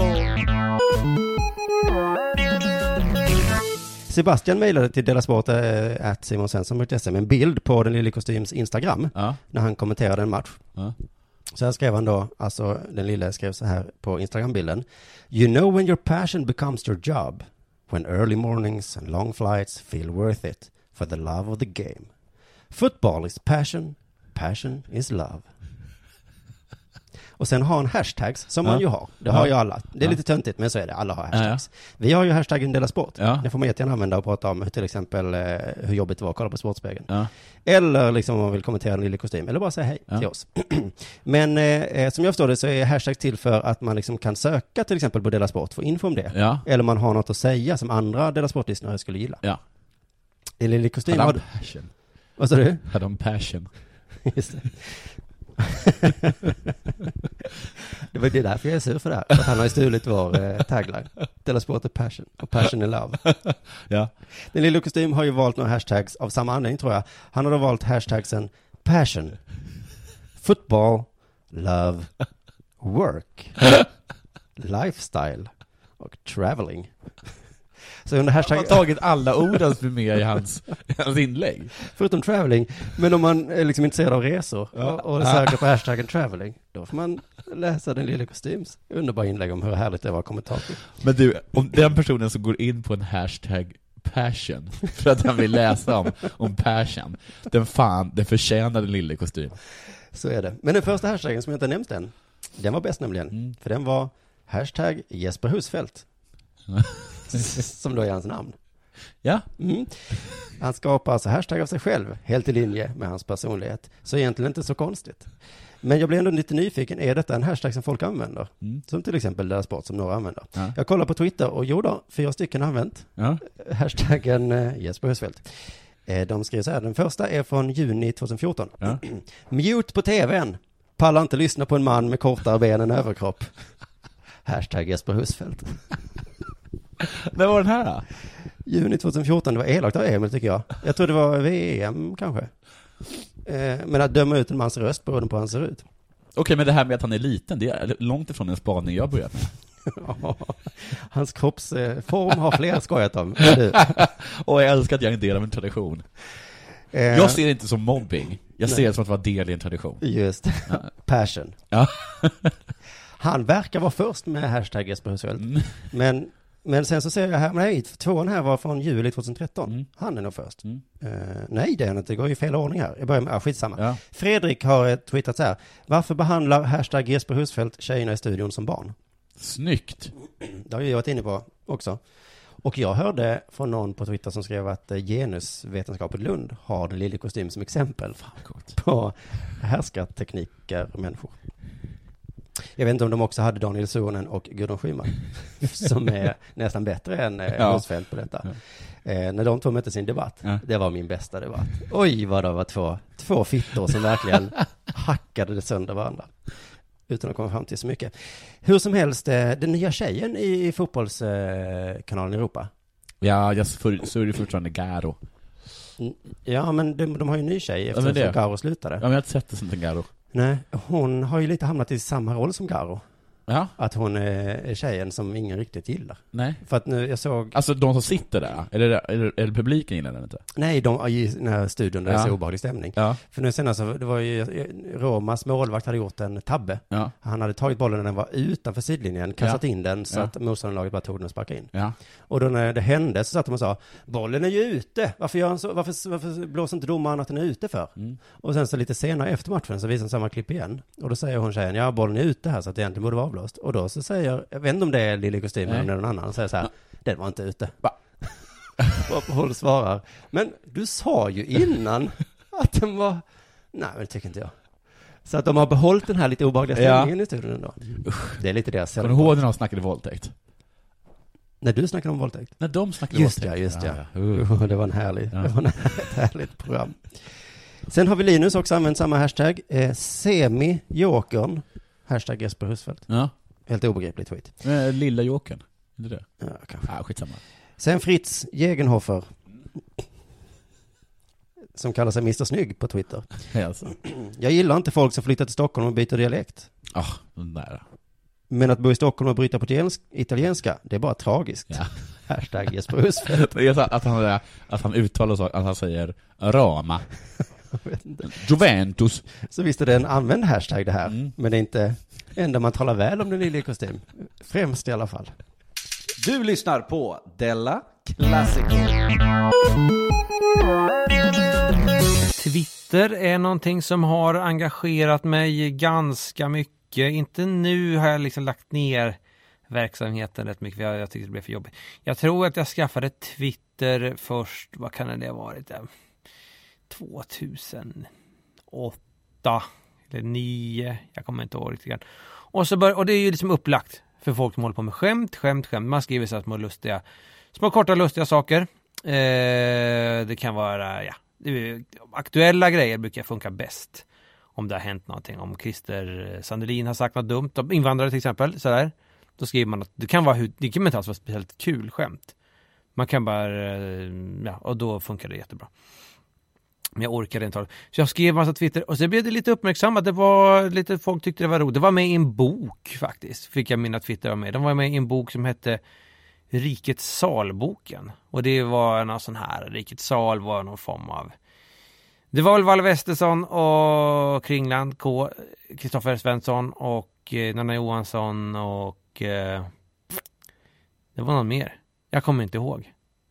Sebastian mejlade till delasport at simon svensson punkt se med en bild på den lilla kostyms Instagram, ja, när han kommenterade en match. Ja. Så här skrev han då, alltså den lilla skrev så här på Instagram-bilden: You know when your passion becomes your job, when early mornings and long flights feel worth it for the love of the game. Football is passion, passion is love. Och sen har han hashtags som ja. man ju har. Det har ja. ju alla. Det är ja. lite töntigt, men så är det. Alla har hashtags. Ja, ja. Vi har ju hashtaggen Dela Sport. Ja. Det får man jättegärna använda och prata om, till exempel eh, hur jobbigt det var att kolla på Sportspegeln. Ja. Eller liksom om man vill kommentera en lilla kostym. Eller bara säga hej ja. till oss. Men eh, som jag förstår det så är hashtag till för att man liksom kan söka till exempel på Dela Sport, få info om det. Ja. Eller man har något att säga som andra Dela Sport-lyssnare skulle gilla. Ja. En lilla kostym har du... passion. Vad sa du? Hade de passion. Just det. Det var det därför jag är sur för det här. För att han har ju stulit vår eh, tagline. Dela Sport är passion och passion är love. Ja. Den lilla kostym har ju valt några hashtags av samma anledning, tror jag. Han har då valt hashtagsen passion, football, love, work, lifestyle och traveling. Så under hashtag... Han har tagit alla orden som är med i hans, hans inlägg. Förutom traveling. Men om man är liksom intresserad av resor ja. och söker på hashtaggen traveling, då får man läsa den lilla kostyms underbara inlägg om hur härligt det var kommentator. Men du, om den personen som går in på en hashtag passion för att han vill läsa om, om passion, den fan, den förtjänar den lilla kostym. Så är det. Men den första hashtaggen som jag inte nämnt än, den var bäst nämligen. Mm. För den var hashtag Jesper Husfeldt. Som då är hans namn. Ja. Mm. Han skapar alltså hashtag av sig själv, helt i linje med hans personlighet. Så egentligen inte så konstigt. Men jag blir ändå lite nyfiken, är detta en hashtag som folk använder? Mm. Som till exempel Dela Sport som några använder. Ja. Jag kollar på Twitter och jo då, fyra stycken har använt ja. hashtaggen eh, Jesper Husfeldt. Eh, de skriver så här, den första är från juni tjugohundrafjorton. Ja. Mute på tvn. Pallar inte lyssna på en man med kortare ben än överkropp. Hashtag Jesper Husfeldt. När var den här då? juni tjugohundrafjorton, det var elakt av Emil tycker jag. Jag tror det var V M kanske. Eh, men att döma ut en mans röst beroende på hur han ser ut. Okej, okay, men det här med att han är liten, det är långt ifrån en spaning jag börjat med. Hans kroppsform har fler skojat om. Och jag älskar att jag är en del av en tradition. Eh, jag ser det inte som mobbing. Jag ser nej. det som att vara del i en tradition. Just ja. Passion. Ja. Han verkar vara först med hashtag Jesper Husfeldt. Mm. Men, men sen så ser jag här, nej, tvåan här var från juli tjugohundratretton. Mm. Han är nog först. Mm. Uh, nej, det är inte. Det går ju fel ordning här. Jag börjar med, ah, skitsamma. Ja. Fredrik har twittrat så här. Varför behandlar hashtag Jesper Husfeldt tjejerna i studion som barn? Snyggt. Det har jag varit inne på också. Och jag hörde från någon på Twitter som skrev att genusvetenskapet Lund har den lilla kostym som exempel på härskartekniker och människor. Jag vet inte om de också hade Daniel Suhonen och Gudrun Schyman som är nästan bättre än ja. Husfeldt på detta. Ja. Eh, när de två mötte sin debatt, ja. det var min bästa debatt. Oj, vad det var två, två fittor som verkligen hackade det sönder varandra. Utan att komma fram till så mycket. Hur som helst, den nya tjejen i fotbollskanalen i Europa. Ja, jag så är det fortfarande Garo. Ja, men de, de har ju en ny tjej efter ja, att Garo slutade. Ja, men jag har inte sett det som en Garo. Nej, hon har ju lite hamnat i samma roll som Garo. Ja. Att hon är tjejen som ingen riktigt gillar. Nej. För att nu, jag såg... Alltså de som sitter där, eller är det, är det publiken gillar den inte? Nej, de i den här studion där ja. det är så obehaglig stämning. Ja. För nu senast, det var ju, Romas målvakt hade gjort en tabbe. Ja. Han hade tagit bollen när den var utanför sidlinjen, kastat ja. in den så ja. att motståndarlaget bara tog den och sparkade in. Ja. Och då när det hände så satt de och sa, bollen är ju ute. Varför, gör han så, varför, varför blåser inte domaren att den är ute för? Mm. Och sen så lite senare efter matchen så visar han samma klipp igen. Och då säger hon tjejen, ja bollen är ute här så att det egentligen borde vara avblåst. Och då så säger, jag vet inte om det är Lille Kostym eller någon annan, säger så här, den var inte ute. Och hon svarar, men du sa ju innan att den var, nej men det tycker inte jag. Så att de har behållit den här lite obehagliga stämningen ja. i studion ändå. Det är lite deras. Kommer du ihåg när de snackade våldtäkt? När du snackade om våldtäkt? När de snackade just våldtäkt. Just ja, just ja. Uh. Det var en härlig, ja. det var ett härligt program. Sen har vi Linus också använt samma hashtag. Eh, Semi-jokern. Hashtag Jesper Husfeldt. Ja. Helt obegriplig tweet. Eh, lilla jokern. Är det det? Ja, kanske. Ah, skitsamma. Sen Fritz Jägenhofer. Som kallar sig mister Snygg på Twitter. Alltså. Jag gillar inte folk som flyttar till Stockholm och byter dialekt. Ja, oh, nära. Men att bo i Stockholm och bryta på italienska, det är bara tragiskt. Ja. Hashtag Jesper Husfeldt. Det är så att han, att han uttalar så, att han säger Rama. Juventus. Så visst är det en använd hashtag det här. Mm. Men det är inte ändå man talar väl om den lilla Kostym. Främst i alla fall. Du lyssnar på Della Classico. Twitter är någonting som har engagerat mig ganska mycket. Inte nu har jag liksom lagt ner verksamheten rätt mycket. Jag, jag tyckte det blev för jobbigt. Jag tror att jag skaffade Twitter först, vad kan det ha varit? tvåtusenåtta eller nio, jag kommer inte ihåg riktigt. Och, så bör, och det är ju liksom upplagt för folk som håller på med skämt, skämt, skämt. Man skriver så här små lustiga, små korta lustiga saker. Eh, det kan vara, ja, aktuella grejer brukar funka bäst. Om det har hänt någonting, om Christer Sandelin har sagt något dumt, om invandrare till exempel, sådär. Då skriver man att det kan vara, det kan inte alls vara speciellt kul skämt. Man kan bara, ja, och då funkar det jättebra. Men jag orkade inte. Så jag skrev massa Twitter och så blev det lite uppmärksammat. Det var lite, folk tyckte det var roligt. Det var med i en bok faktiskt, fick jag mina Twitter med. De var med i en bok som hette Rikets salboken. Och det var en sån här, Rikets sal var någon form av, det var väl Valle Westesson och Kringland K, Kristoffer Svensson och eh, Nanna Johansson och eh, det var någon mer. Jag kommer inte ihåg.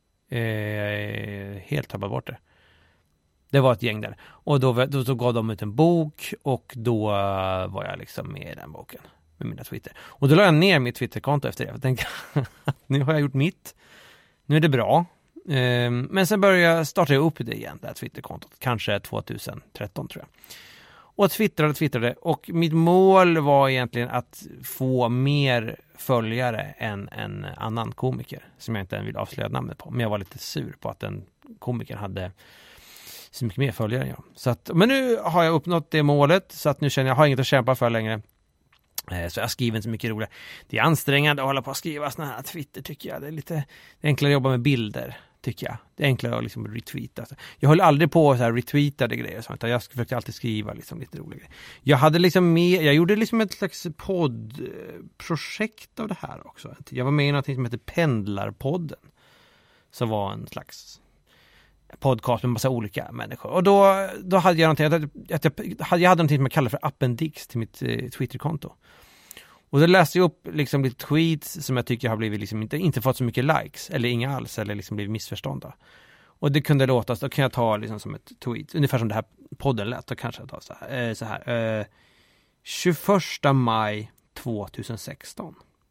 Eh, helt tappat bort det. Det var ett gäng där. Och då, då, då gav de ut en bok och då uh, var jag liksom med i den boken med mina Twitter. Och då la jag ner mitt Twitterkonto efter det. Jag tänkte att nu har jag gjort mitt. Nu är det bra. Um, men sen började jag starta upp det igen, det här Twitterkontot. Kanske tjugohundratretton tror jag. Och twittrade och twittrade. Och mitt mål var egentligen att få mer följare än en annan komiker. Som jag inte än vill avslöja namnet på. Men jag var lite sur på att den komikern hade så mycket mer följare än jag. Så att, men nu har jag uppnått det målet. Så att nu känner jag, jag har inget att kämpa för längre. Eh, så jag skriver inte så mycket roligt. Det är ansträngande att hålla på att skriva såna här Twitter tycker jag. Det är lite det är enklare att jobba med bilder tycker jag. Det är enklare att liksom retweeta. Jag höll aldrig på så här retweetade grejer. Så, utan jag försökte alltid skriva liksom lite roliga grejer. Jag hade liksom med, jag gjorde liksom ett slags poddprojekt av det här också. Jag var med i något som heter Pendlarpodden. Som var en slags podcast med en massa olika människor. Och då, då hade jag någonting, att jag, jag hade någonting som jag kallar för appendix till mitt eh, Twitterkonto. Och då läste jag upp liksom lite tweets som jag tycker har blivit liksom inte, inte fått så mycket likes, eller inga alls, eller liksom blivit missförstånda. Och det kunde låta, då kan jag ta liksom som ett tweet, ungefär som det här podden lät, då kanske jag tar så här. Eh, så här eh, tjugoförsta maj tjugohundrasexton.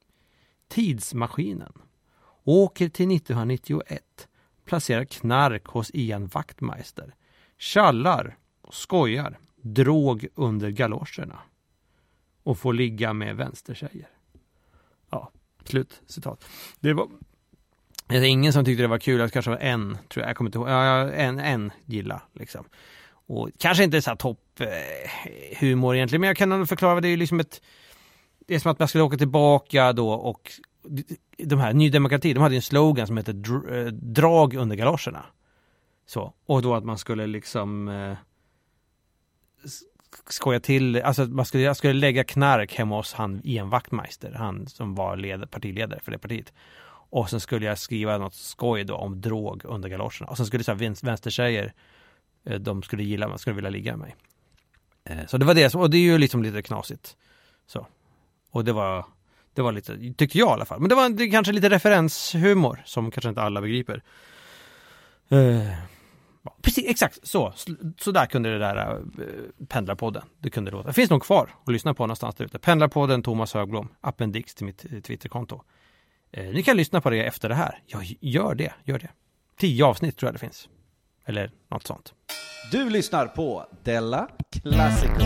Tidsmaskinen. Åker till nittonhundranittioett. Placerar knark hos Ian Wachtmeister. Tjallar och skojar. Drog under galoscherna. Och får ligga med vänstertjejer. Ja, slut citat. Det var det är ingen som tyckte det var kul. Det kanske var en, tror jag. Jag kommer inte ihåg. Ja, en, en gilla liksom. Och kanske inte så här topp eh, humor egentligen. Men jag kan förklara. Det är liksom ett, det är som att man skulle åka tillbaka då och de här Ny Demokrati, de hade en slogan som heter dr- drag under galoscherna. Så, och då att man skulle liksom eh, skoja till, alltså man skulle, jag skulle lägga knark hemma hos han Ian Wachtmeister, han som var led, partiledare för det partiet. Och sen skulle jag skriva något skoj då om drog under galoscherna. Och sen skulle så här vänstertjejer, de skulle gilla, man skulle vilja ligga med mig. Så det var det, och det är ju liksom lite knasigt. Så. Och det var, det var lite, tyckte jag i alla fall. Men det var det kanske lite referenshumor som kanske inte alla begriper. Uh, precis, exakt, så. Så där kunde det där uh, Pendlarpodden, det kunde låta. Det finns nog kvar att lyssna på någonstans där ute. Pendlarpodden, Thomas Högblom, appendix till mitt Twitterkonto. Uh, ni kan lyssna på det efter det här. Ja, gör det, gör det. Tio avsnitt tror jag det finns. Eller något sånt. Du lyssnar på Della Classico.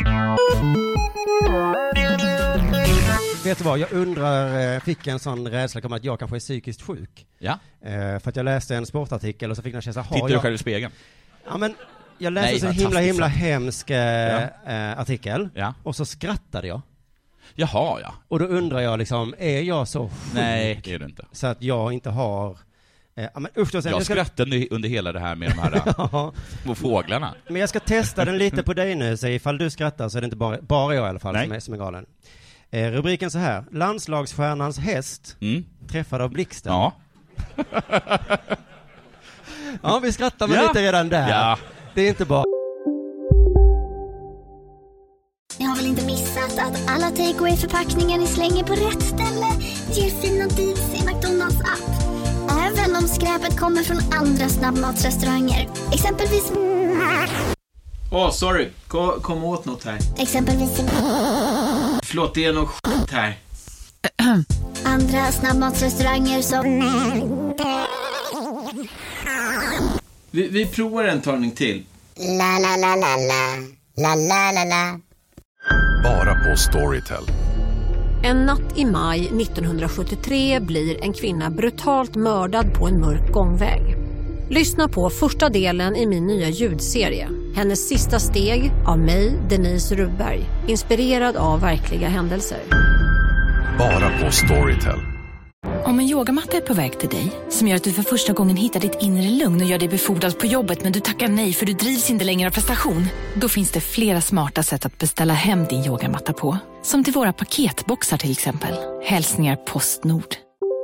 Vet du vad, jag undrar, fick en sån rädsla om att jag kanske är psykiskt sjuk. Ja. Eh, för att jag läste en sportartikel och så fick jag känsla, har Tittar du jag... själv i spegeln? Ja, men jag läste Nej, en så himla, himla sagt. hemsk eh, Ja. eh, artikel. Ja. Och så skrattade jag. Jaha, ja. Och då undrar jag liksom, är jag så sjuk? Nej, det är du inte. Så att jag inte har... Eh, ja, men usch då, sen, jag jag ska... skrattade under hela det här med de här ja. små fåglarna. Men jag ska testa den lite på dig nu, så ifall du skrattar så är det inte bara, bara jag i alla fall Nej. som är, som är galen. Eh, rubriken så här: landslagsstjärnans häst mm. träffad av blixten. Ja. Ja, vi skrattar väl Ja. lite redan där. Ja. Det är inte bara... Ni har väl inte missat att alla takeaway-förpackningar ni slänger på rätt ställe ger fina deals i McDonalds app. Även om skräpet kommer från andra snabbmatsrestauranger. Exempelvis... Åh, oh, sorry. Kom, kom åt något här. Exempelvis... Förlåt, det är något skit här. Andra snabbmatsrestauranger som... Vi, vi provar en talning till. La la la la la. La la la la. Bara på Storytel. En natt i maj nittonhundrasjuttiotre blir en kvinna brutalt mördad på en mörk gångväg. Lyssna på första delen i min nya ljudserie. Hennes sista steg av mig, Denise Rubberg. Inspirerad av verkliga händelser. Bara på Storytel. Om en yogamatta är på väg till dig, som gör att du för första gången hittar ditt inre lugn och gör dig befordrad på jobbet, men du tackar nej för du drivs inte längre av prestation. Då finns det flera smarta sätt att beställa hem din yogamatta på. Som till våra paketboxar till exempel. Hälsningar Postnord.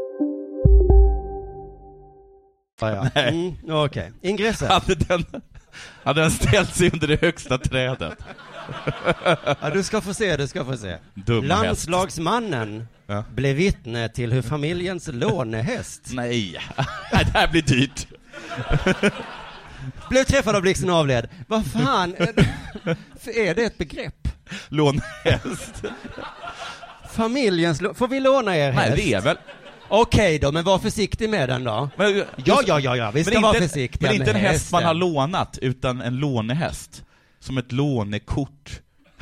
Ja, ja. Mm, Okej, okay. Ingressen. Hade den, hade den ställt sig under det högsta trädet? Ja, du ska få se, du ska få se. Dumma Landslagsmannen ja. blev vittne till hur familjens lånehäst... Nej, det här blir dyrt. Blev träffad av blixten och avled. Vad fan, är det ett begrepp? Lånehäst. Familjens lån... Får vi låna er häst? Nej, det är väl... Okej då, men var försiktig med den då. Men, ja, ja, ja, ja, vi ska vara försiktiga. Men inte en häst hästen. man har lånat, utan en lånehäst. Som ett lånekort.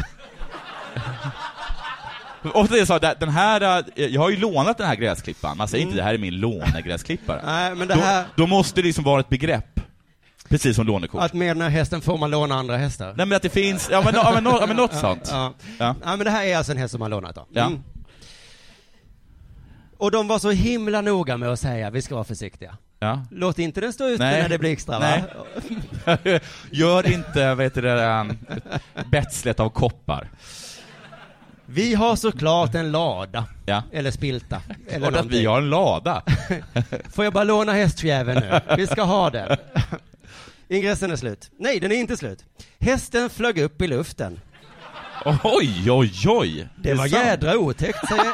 Och det är så, den här, jag har ju lånat den här gräsklippan. Man säger mm. inte, det här är min lånegräsklippare. Nej, men det här... då, då måste det liksom vara ett begrepp. Precis som lånekort. Att med den här hästen får man låna andra hästar. Nej, men att det finns, ja men, ja, men, ja, men något sånt. Ja. Ja. Ja, men det här är alltså en häst som man lånat då. Ja. Mm. Och de var så himla noga med att säga, vi ska vara försiktiga. Ja. Låt inte den stå ute Nej. när det blir extra, va? Nej. Gör inte, vad heter det, um, betslet av koppar. Vi har såklart en lada. Ja. Eller spilta. Eller att vi har en lada. Får jag bara låna hästfjäveln nu? Vi ska ha den. Ingressen är slut. Nej, den är inte slut. Hästen flög upp i luften. Oj, oj, oj. Det, det var sant. Jädra otäckt, säger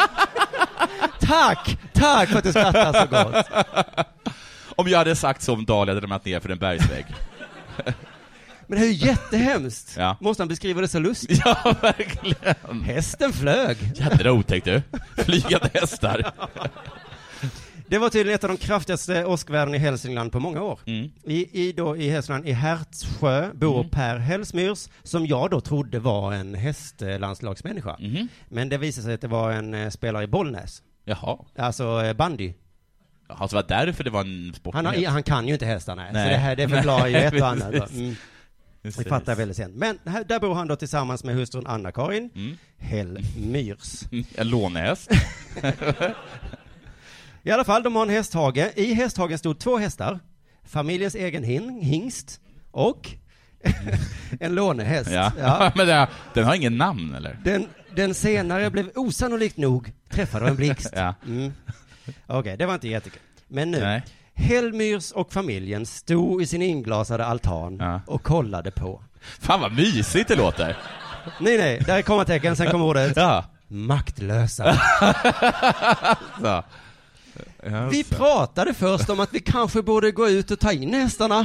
Tack, tack för att du skrattar så gott. Om jag hade sagt så om Dahlia hade ramlat ner för en bergsvägg. Men det är ju jättehemskt. Ja. Måste han beskriva det så lustigt? Ja, verkligen. Hästen flög. Jädra otäckt du. Flygande hästar. Det var tydligen ett av de kraftigaste åskvärdena i Hälsingland på många år. Mm. I, i, då, I Hälsingland, i Hertsjö, bor mm. Per Hellsmyrs, som jag då trodde var en hästlandslagsmänniska. Mm. Men det visade sig att det var en uh, spelare i Bollnäs. Jaha. Alltså uh, bandy. Jaha, så var det därför det var en sport. Han, har, han kan ju inte hästarna, så det här det förklarar ju ett och annat. Mm. Vi fattar väldigt sent. Men här, där bor han då tillsammans med hustrun Anna-Karin mm. Hellmyrs. En lånehäst. I alla fall, de har en hästhage. I hästhagen stod två hästar. Familjens egen hin- hingst och En lånehäst. Ja. Ja. Men det, den har ingen namn, eller? Den, den senare blev osannolikt nog träffad av en blixt. Ja. Mm. Okej, okay, det var inte jättekul. Men nu. Nej. Helmyrs och familjen stod i sin inglasade altan ja. och kollade på. Fan vad mysigt det låter. Nej, nej, där är kommatecken, sen kommer ordet. Ja. Maktlösa. Så. Vi pratade först om att vi kanske borde gå ut och ta in hästarna.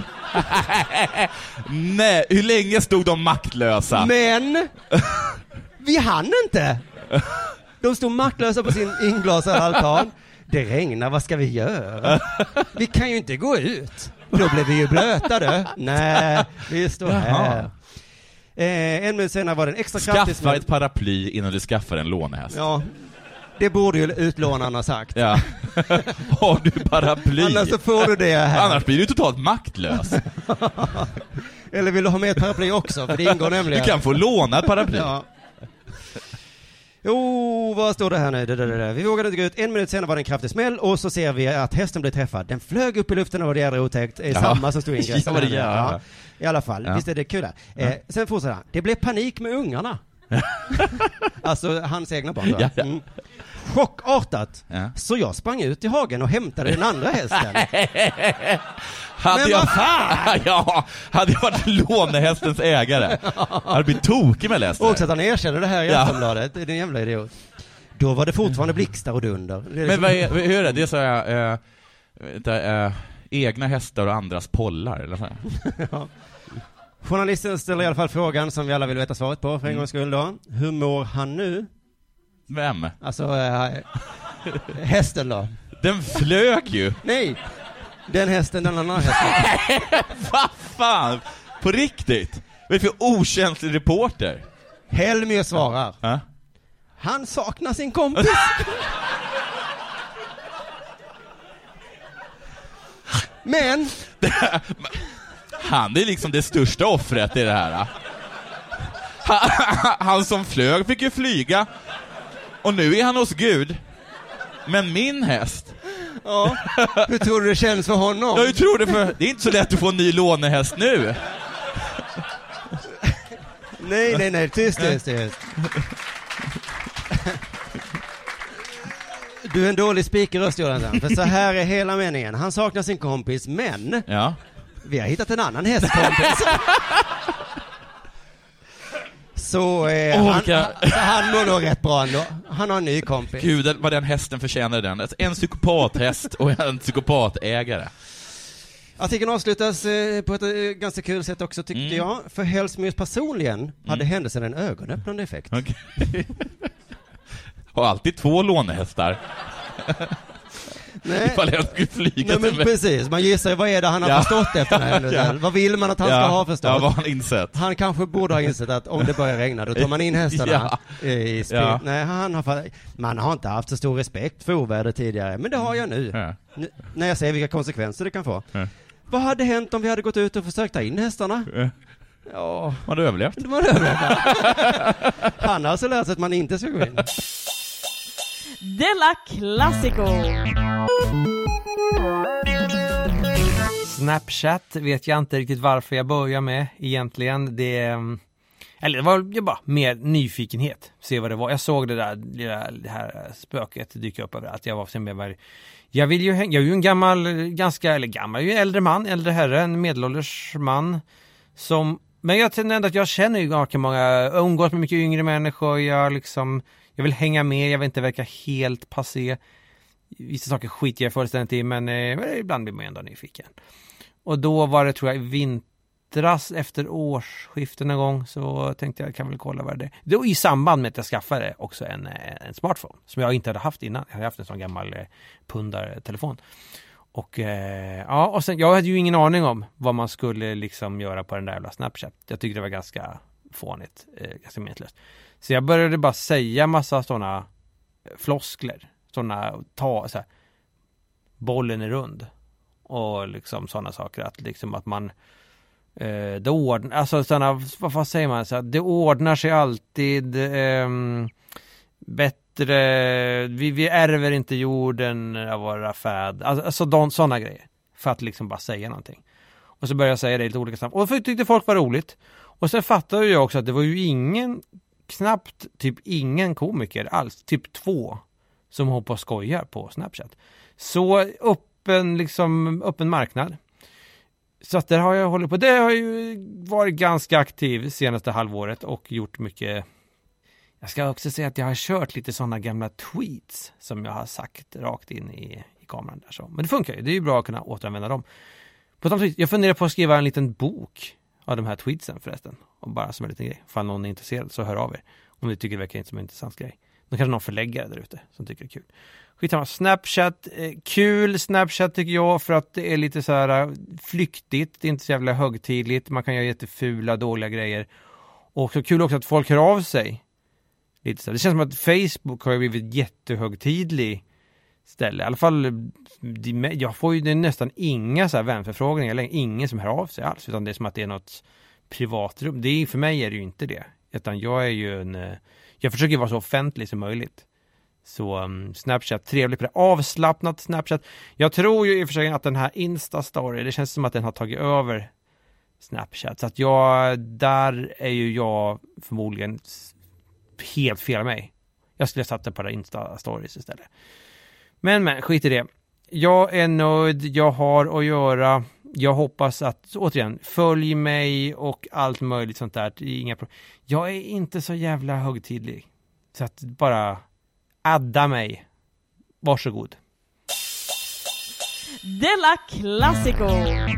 Nej, hur länge stod de maktlösa? Men vi hann inte. De stod maktlösa på sin inglasade altan. Det regnar, vad ska vi göra? Vi kan ju inte gå ut. Då blev vi ju blötade. Nej, vi står här. Eh, en minut senare var det en extra kraftig Skaffa ett paraply innan du skaffar en lånehäst. Ja, det borde ju utlånarna ha sagt. Ja. Har du paraply? Annars så får du det här. Annars blir du totalt maktlös. Eller vill du ha med ett paraply också? För det ingår nämligen. Du kan få låna ett paraply. Ja. Jo, vad står det här nu? Det, det, det, det. Vi vågade inte gå ut. En minut senare var det en kraftig smäll och så ser vi att hästen blev träffad. Den flög upp i luften och det är otäckt. Det är ja. samma som stod i ingressen. Ja, det gör. Ja. I alla fall, ja. visst är det kul där. Ja. Eh, sen fortsätter han. Det blev panik med ungarna. Alltså hans egna barn då. Ja, ja. Mm. Chockartat. Ja. Så jag sprang ut i hagen och hämtade den andra hästen. Hade Men jag, vad fan? ja, hade jag varit lånehästens ägare hade blivit tokig med lästen. Och också att han erkänner det här i Aftonbladet. Det är en jävla idiot. Då var det fortfarande blixtar och dunder. Det är Men vad är, hur är det? Det är så här, äh, det är, äh, egna hästar och andras pollar eller så. Ja. Journalisten ställer i alla fall frågan som vi alla vill veta svaret på för en mm. gångs skull då. Hur mår han nu? Vem? Alltså äh, hästen då. Den flög ju. Nej. Den hästen, den andra hästen. Vad fan? På riktigt? Vad är det för okänslig reporter? Helmer svarar. Äh? Han saknar sin kompis. Men han är liksom det största offret i det här. Han som flög fick ju flyga. Och nu är han hos Gud. Men min häst. Ja. Hur tror du det känns för honom? Ja, hur tror du för... Det är inte så lätt att få en ny lånehäst nu. Nej, nej, nej. Tyst, tyst, tyst. Du är en dålig speakerröst, Jonathan. För så här är hela meningen. Han saknar sin kompis, men ja. Vi har hittat en annan hästkompis. Så, eh, han, han, han mår nog rätt bra ändå. Han har en ny kompis. Gud, vad den hästen förtjänar den. En psykopathäst och en psykopatägare. Artikeln avslutas eh, på ett eh, ganska kul sätt också tyckte mm. jag. För Helmers personligen mm. hade händelsen en ögonöppnande effekt. Okay. Har alltid två lånehästar. Nej. Ifall jag skulle flyga. Nej, men precis, man gissar ju vad är det han har ja. förstått efter den här ja. Vad vill man att han ja. ska ha förstått? Ja, vad han insett. Han kanske borde ha insett att om det börjar regna då tar man in hästarna ja. i spel. Ja. Nej, han har man har inte haft så stor respekt för oväder tidigare, men det har jag nu. Ja. N- när jag ser vilka konsekvenser det kan få. Ja. Vad hade hänt om vi hade gått ut och försökt ta in hästarna? Ja. Ja. Man hade överlevt. Man hade överlevt. Han har alltså lärt sig att man inte ska gå in. Della Classico. Snapchat vet jag inte riktigt varför jag börjar med egentligen. Det, eller det var ju bara mer nyfikenhet. Se vad det var. Jag såg det där det här spöket dyka upp överallt. Jag var sen med jag vill ju jag är ju en gammal ganska eller gammal ju äldre man, äldre herre, en medelålders man som men jag tänker ändå att jag känner ju ganska många umgås med mycket yngre människor. Jag liksom jag vill hänga med, jag vill inte verka helt passé. Vissa saker skiter jag fullständigt i, men eh, ibland blir man ändå nyfiken. Och då var det tror jag i vintras efter årsskiften en gång så tänkte jag kan väl kolla vad det är. Då i samband med att jag skaffade också en, en smartphone som jag inte hade haft innan. Jag hade haft en sån gammal eh, pundartelefon. Och eh, ja, och sen jag hade ju ingen aning om vad man skulle liksom göra på den där jävla Snapchat. Jag tyckte det var ganska fånigt, eh, ganska meningslöst. Så jag började bara säga massa sådana floskler. Sådana, ta så här, bollen är rund. Och liksom sådana saker. Att liksom att man, eh, det ordnar, alltså sådana, vad, vad säger man? Så här, det ordnar sig alltid eh, bättre, vi, vi ärver inte jorden av våra fäder. Alltså, alltså de, sådana grejer. För att liksom bara säga någonting. Och så började jag säga det i lite olika sammanhang. Och så tyckte folk var roligt. Och sen fattade jag också att det var ju ingen, knappt typ ingen komiker alls, typ två som hoppar och skojar på Snapchat. Så öppen, liksom, öppen marknad. Så att där har jag hållit på. Det har ju varit ganska aktiv senaste halvåret och gjort mycket. Jag ska också säga att jag har kört lite sådana gamla tweets som jag har sagt rakt in i, i kameran där. Så. Men det funkar ju. Det är ju bra att kunna återanvända dem. På samma sätt, jag funderar på att skriva en liten bok av de här tweetsen förresten. Och bara som en liten grej. Ifall någon är intresserad så hör av er. Om ni tycker det verkar inte som en intressant grej. Då kanske någon förläggare där ute som tycker det är kul. Skitsamma, Snapchat, eh, kul Snapchat tycker jag för att det är lite så här flyktigt, det är inte så jävla högtidligt, man kan göra jättefula, dåliga grejer. Och så kul också att folk hör av sig. Lite så. Det känns som att Facebook har blivit jättehögtidlig ställe. I alla fall, jag får ju nästan inga så här vänförfrågningar längre, ingen som hör av sig alls, utan det är som att det är något privatrum. Det är, för mig är det ju inte det, utan jag är ju en, jag försöker vara så offentlig som möjligt. Så um, Snapchat, trevligt på det. Avslappnat Snapchat. Jag tror ju i och för sig att den här Insta-story, det känns som att den har tagit över Snapchat. Så att jag, där är ju jag förmodligen helt fel mig. Jag skulle ha satt den på där Insta-stories istället. Men, men, skit i det. Jag är nöjd, jag har att göra. Jag hoppas att, återigen, följ mig och allt möjligt sånt där. Inga problem. Jag är inte så jävla högtidlig. Så att bara adda mig. Varsågod. Della Classico.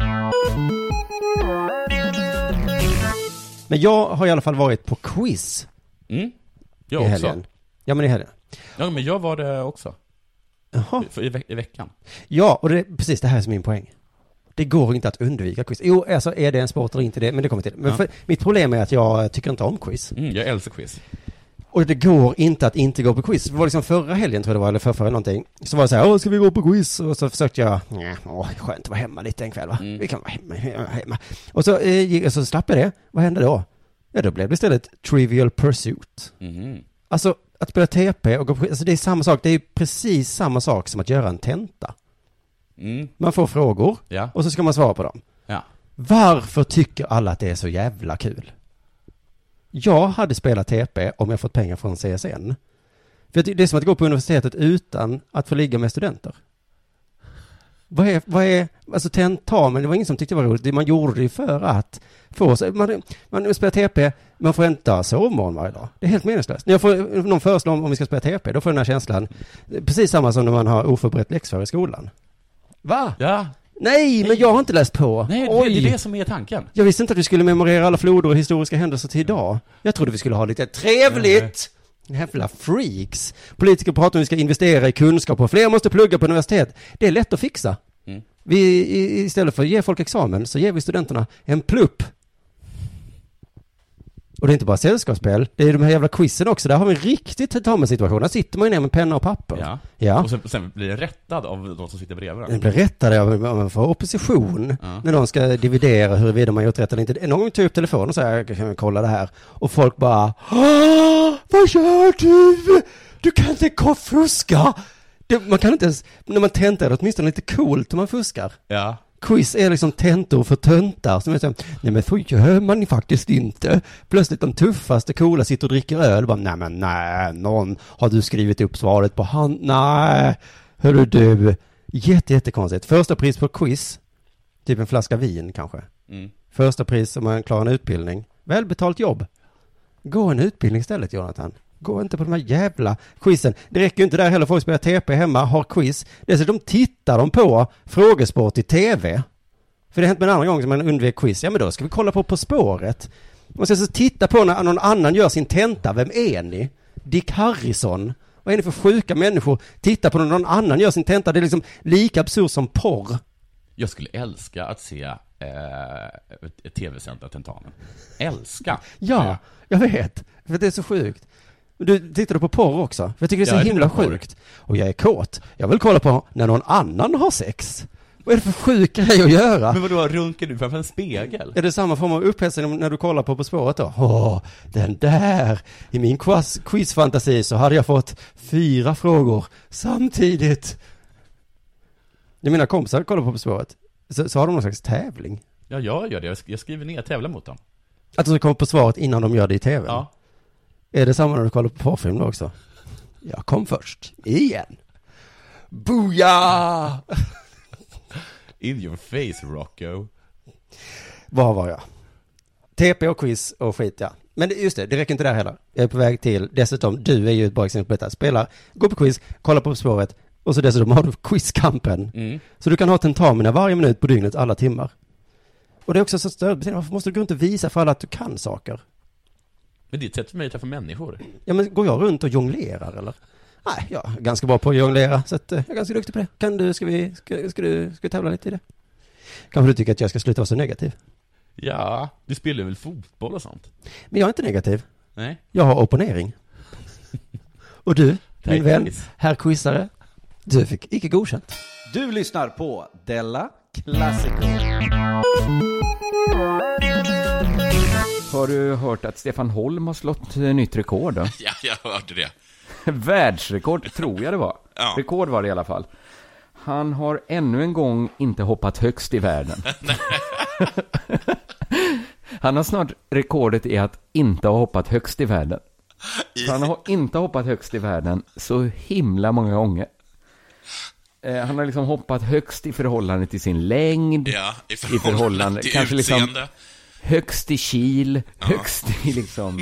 Men jag har i alla fall varit på quiz. Mm. Jag i också. helgen. Ja, men i helgen. Ja, men jag var det också. Jaha. I, i, ve- i veckan. Ja, och det, precis det här är som min poäng. Det går inte att undvika quiz. Jo, alltså är det en sport eller inte det, men det kommer till. Men Ja. för, mitt problem är att jag tycker inte om quiz. Mm, jag älskar quiz. Och det går inte att inte gå på quiz. Det var liksom förra helgen tror jag det var, eller förra, förra någonting. Så var det så här, åh ska vi gå på quiz? Och så försökte jag, nej, åh skönt att vara hemma lite en kväll va? Mm. Vi kan vara hemma, hemma, hemma. Och så, eh, så slapp jag det. Vad hände då? Ja, då blev det istället Trivial Pursuit. Mm. Alltså, att spela T P och gå på quiz, alltså det är samma sak. Det är precis samma sak som att göra en tenta. Mm. Man får frågor Ja. och så ska man svara på dem. Ja. Varför tycker alla att det är så jävla kul? Jag hade spelat T P om jag fått pengar från C S N. För det är som att gå på universitetet utan att få ligga med studenter. Vad är, vad är alltså tentamen, det var ingen som tyckte det var roligt. Man gjorde det för att få sig, man, man spelar T P, man får inte ha sovmorgon varje dag. Det är helt meningslöst. När jag får någon föreslår om vi ska spela T P, då får jag den här känslan, precis samma som när man har oförberett läxor i skolan. Va? Ja. Nej, men jag har inte läst på. Nej, Oj. det är det som är tanken. Jag visste inte att vi skulle memorera alla floder och historiska händelser till idag. Jag trodde vi skulle ha lite trevligt. Jävla freaks. Politiker pratar om att vi ska investera i kunskap och fler måste plugga på universitet. Det är lätt att fixa. Mm. Vi, i, istället för att ge folk examen så ger vi studenterna en plupp. Och det är inte bara sällskapsspel. Det är de här jävla quizen också. Där har vi en riktigt tentamen-situation. Där sitter man ju ner med penna och papper. Ja. Ja. Och sen, sen blir det rättad av de som sitter bredvid den. Den blir rättad av av- för opposition. Ja. När de ska dividera huruvida man gjort rätt eller inte. Någon gång tar upp telefonen och säger, jag kan kolla det här. Och folk bara, "Åh, vad gör du? Du kan inte ko- fuska. Det, man kan inte ens, när man tentar är det åtminstone lite coolt om man fuskar. Ja. Quiz är liksom tentor för töntar som är så, nej men så gör man faktiskt inte. Plötsligt de tuffaste coola sitter och dricker öl och bara, nej men nej, någon har du skrivit upp svaret på hand, nej, hörru du, jätte jättekonstigt. Första pris på quiz, typ en flaska vin kanske. Mm. Första pris om man klarar en utbildning, välbetalt jobb. Gå en utbildning istället, Jonathan. Gå inte på de här jävla quizen. Det räcker ju inte där heller, folk spelar T P hemma, har quiz. Dessutom tittar de på frågesport i tv. För det har hänt med en annan gång som man undvek quiz. Ja men då ska vi kolla på På spåret. Man ska så titta på när någon annan gör sin tenta. Vem är ni? Dick Harrison. Vad är ni för sjuka människor? Titta på när någon annan gör sin tenta. Det är liksom lika absurd som porr. Jag skulle älska att se eh, ett tv-sänd tentamen. Älska. Ja, jag vet. För det är så sjukt. Du tittar på porr också. För jag tycker det är så Ja, jag himla tittar på sjukt. Och jag är kåt. Jag vill kolla på när någon annan har sex. Vad är det för sjuk grej att göra? Men vadå, runkar du framför en spegel? Är det samma form av upphetsning när du kollar på På spåret då? Åh, den där. I min quiz, quizfantasi så hade jag fått fyra frågor samtidigt. När mina kompisar kollar på På spåret så, så har de någon slags tävling. Ja, jag gör det. Jag skriver ner, tävlar mot dem. Att du ska komma på svaret innan de gör det i tv? Ja. Är det samma när du kollar på porrfilm också? Jag kom först. Igen. Booyah! In your face, Rocco. Var var jag? T P och quiz och skit, ja. Men just det, det räcker inte där heller. Jag är på väg till, dessutom, du är ju ett bra exempel på detta. Spelar, gå på quiz, kolla på spåret och så dessutom har du quizkampen. Mm. Så du kan ha tentamina varje minut på dygnet, alla timmar. Och det är också så stöd. Varför måste du gå runt och visa för alla att du kan saker? Men det är ett sätt för mig att träffa människor. Ja, men går jag runt och jonglerar eller? Nej, jag är ganska bra på att jonglera, så att, uh, jag är ganska duktig på det. Kan du, ska vi, ska, ska du, ska vi tävla lite i det? Kanske du tycker att jag ska sluta vara så negativ? Ja, du spelar väl fotboll och sånt? Men jag är inte negativ. Nej. Jag har opponering. Och du, min vän, herr quizare, du fick icke godkänt. Du lyssnar på Della Classico. Har du hört att Stefan Holm har slått nytt rekord då? Ja, jag hörde det. Världsrekord, tror jag det var. Ja. Rekord var det i alla fall. Han har ännu en gång inte hoppat högst i världen. Han har snart rekordet i att inte ha hoppat högst i världen. Så han har inte hoppat högst i världen så himla många gånger. Eh, han har liksom hoppat högst i förhållande till sin längd. Ja, i förhållande, i förhållande till kanske utseende. Liksom högst i kil, ja. Högst i liksom...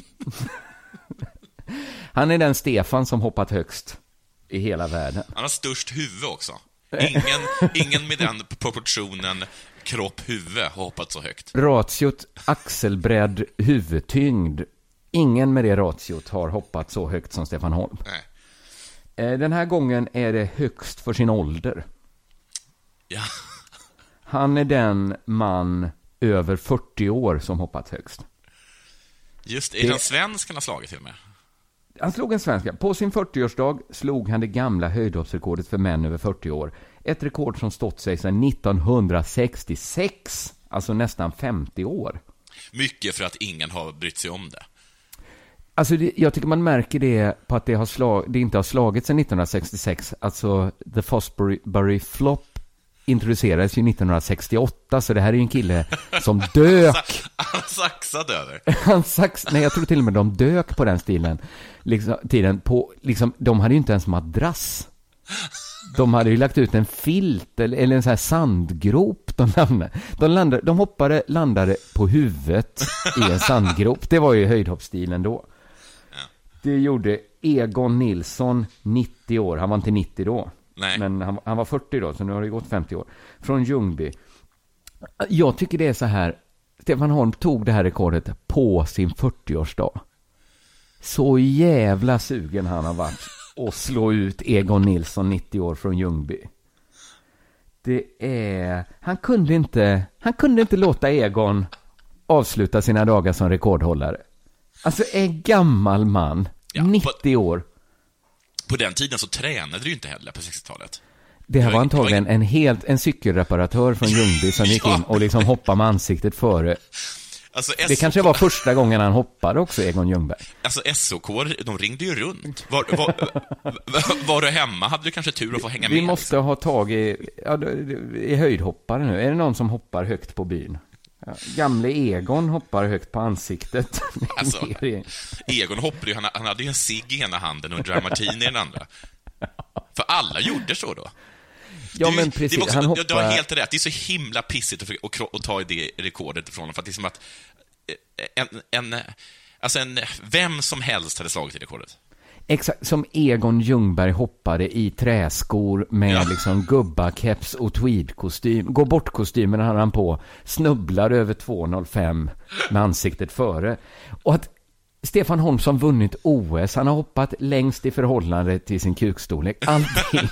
Han är den Stefan som hoppat högst i hela världen. Han har störst huvud också. Ingen, ingen med den proportionen kropp-huvud har hoppat så högt. Ratiot axelbredd huvudtyngd. Ingen med det ratiot har hoppat så högt som Stefan Holm. Nej. Den här gången är det högst för sin ålder. Ja. Han är den man över fyrtio år som hoppat högst. Just, är det en svensk han har slagit till med? Han slog en svenska. På sin fyrtioårsdag slog han det gamla höjdhoppsrekordet för män över fyrtio år. Ett rekord som stått sig sedan nittonhundrasextiosex. Alltså nästan femtio år. Mycket för att ingen har brytt sig om det. Alltså det, jag tycker man märker det på att det, har slag, det inte har slagit sedan nittonhundrasextiosex. Alltså The Fosbury Flop introducerades ju nittonhundrasextioåtta. Så det här är ju en kille som dök. Han saxade över. Han sax, nej, jag tror till och med de dök på den stilen. Liksom, tiden på, liksom, de hade ju inte ens madrass. De hade ju lagt ut en filt eller, eller en sån här sandgrop. De, landade, de, landade, de hoppade, landade på huvudet i en sandgrop. Det var ju höjdhoppstilen då. Ja. Det gjorde Egon Nilsson, nittio år. Han var inte nittio då. Nej. Men han, han var fyrtio då, så nu har det gått femtio år. Från Ljungby. Jag tycker det är så här. Stefan Holm tog det här rekordet på sin fyrtioårsdag. Så jävla sugen han har varit att slå ut Egon Nilsson, nittio år, från Ljungby. Det är... Han kunde inte, han kunde inte låta Egon avsluta sina dagar som rekordhållare. Alltså en gammal man, ja, nittio på, år. På den tiden så tränade du ju inte heller på sextiotalet. Det här var antagligen en helt en cykelreparatör från Ljungby som gick ja. in och liksom hoppade med ansiktet före. Alltså, det kanske var första gången han hoppade också, Egon Ljungberg. Alltså S O K, de ringde ju runt. Var, var, var du hemma? Hade du kanske tur att få hänga Vi med? Vi måste liksom ha tag i, ja, i höjdhoppare nu. Är det någon som hoppar högt på byn? Ja, gamle Egon hoppar högt på ansiktet. Alltså, Egon hoppade ju, han, han hade ju en cigg i ena handen och en dry martini i den andra. För alla gjorde så då. Ja, du, men precis, också, han du, hoppar... du har helt rätt, det är så himla pissigt att, att, att ta det rekordet ifrån honom. För att det är som att en, en, alltså en, vem som helst hade slagit i rekordet. Exakt, som Egon Ljungberg hoppade i träskor med ja. liksom gubbakeps och tweedkostym. Gå bort kostymen hade han på, snubblar över två noll fem med ansiktet före. Och att Stefan Holm som vunnit O S, han har hoppat längst i förhållande till sin kukstorlek. Allting.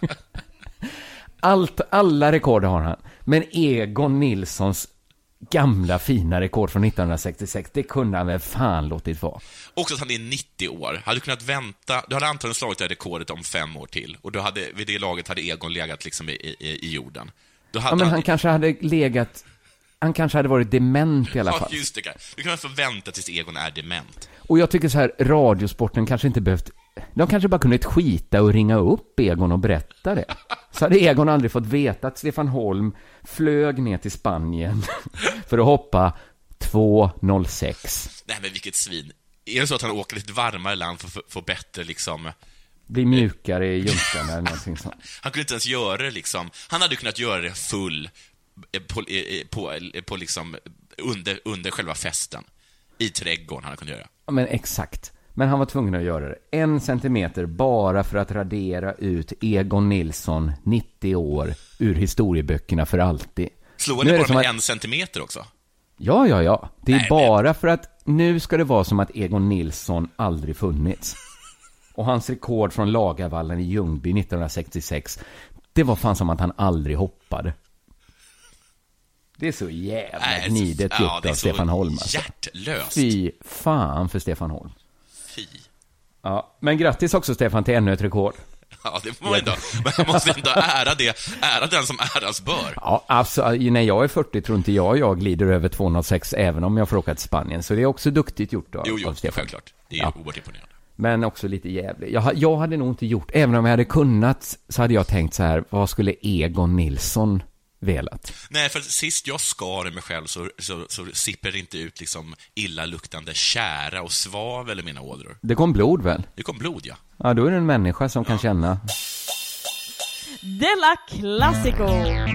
Allt, alla rekord har han. Men Egon Nilssons gamla fina rekord från nittonhundrasextiosex, det kunde han väl fan låtit vara. Också att han är nittio år. Hade du kunnat vänta, du hade antagligen slagit det rekordet om fem år till. Och du hade, vid det laget hade Egon legat liksom i, i, i jorden. Då hade ja, men han, han kanske hade legat, han kanske hade varit dement i alla fall. Ja, just det. Du kan väl få vänta tills Egon är dement. Och jag tycker så här, radiosporten kanske inte behövt de kanske bara kunde skita och ringa upp Egon och berätta det. Så hade Egon aldrig fått veta att Stefan Holm flög ner till Spanien för att hoppa två noll sex. Nej, men vilket svin. Är det så att han åker lite varmare land för att få bättre liksom... Bli mjukare i juntan eller någonting sånt. Han kunde inte ens göra det liksom. Han hade kunnat göra det full på, på, på liksom under, under själva festen. I trädgården han kunde göra. Ja, men exakt. Men han var tvungen att göra det. En centimeter bara för att radera ut Egon Nilsson, nittio år, ur historieböckerna för alltid. Slår han bara med att... en centimeter också? Ja, ja, ja. Det är Nej, bara men... för att nu ska det vara som att Egon Nilsson aldrig funnits. Och hans rekord från Lagavallen i Ljungby nittonhundrasextiosex, det var fan som att han aldrig hoppade. Det är så jävla Nej, gnidet så, gjort ja, av Stefan Holm. Alltså. Hjärtlöst. Fy fan för Stefan Holm. Fy. Ja, men grattis också Stefan till ännu ett rekord. Ja, det får man ändå. Man måste ändå ära det. Ära den som äras bör. Ja, alltså när jag är fyrtio tror inte jag jag glider över två noll sex även om jag får åka till Spanien. Så det är också duktigt gjort då, jo, jo, av Stefan. Självklart. Det är ja. oerhört imponerande. Men också lite jävligt. Jag, jag hade nog inte gjort, även om jag hade kunnat, så hade jag tänkt så här, vad skulle Egon Nilsson velat? Nej, för sist jag skar mig själv så, så, så sipper det inte ut liksom illaluktande kära och svavel i mina ådror. Det kom blod väl? Det kom blod, ja. Ja, då är det en människa som ja. kan känna. Della Classico.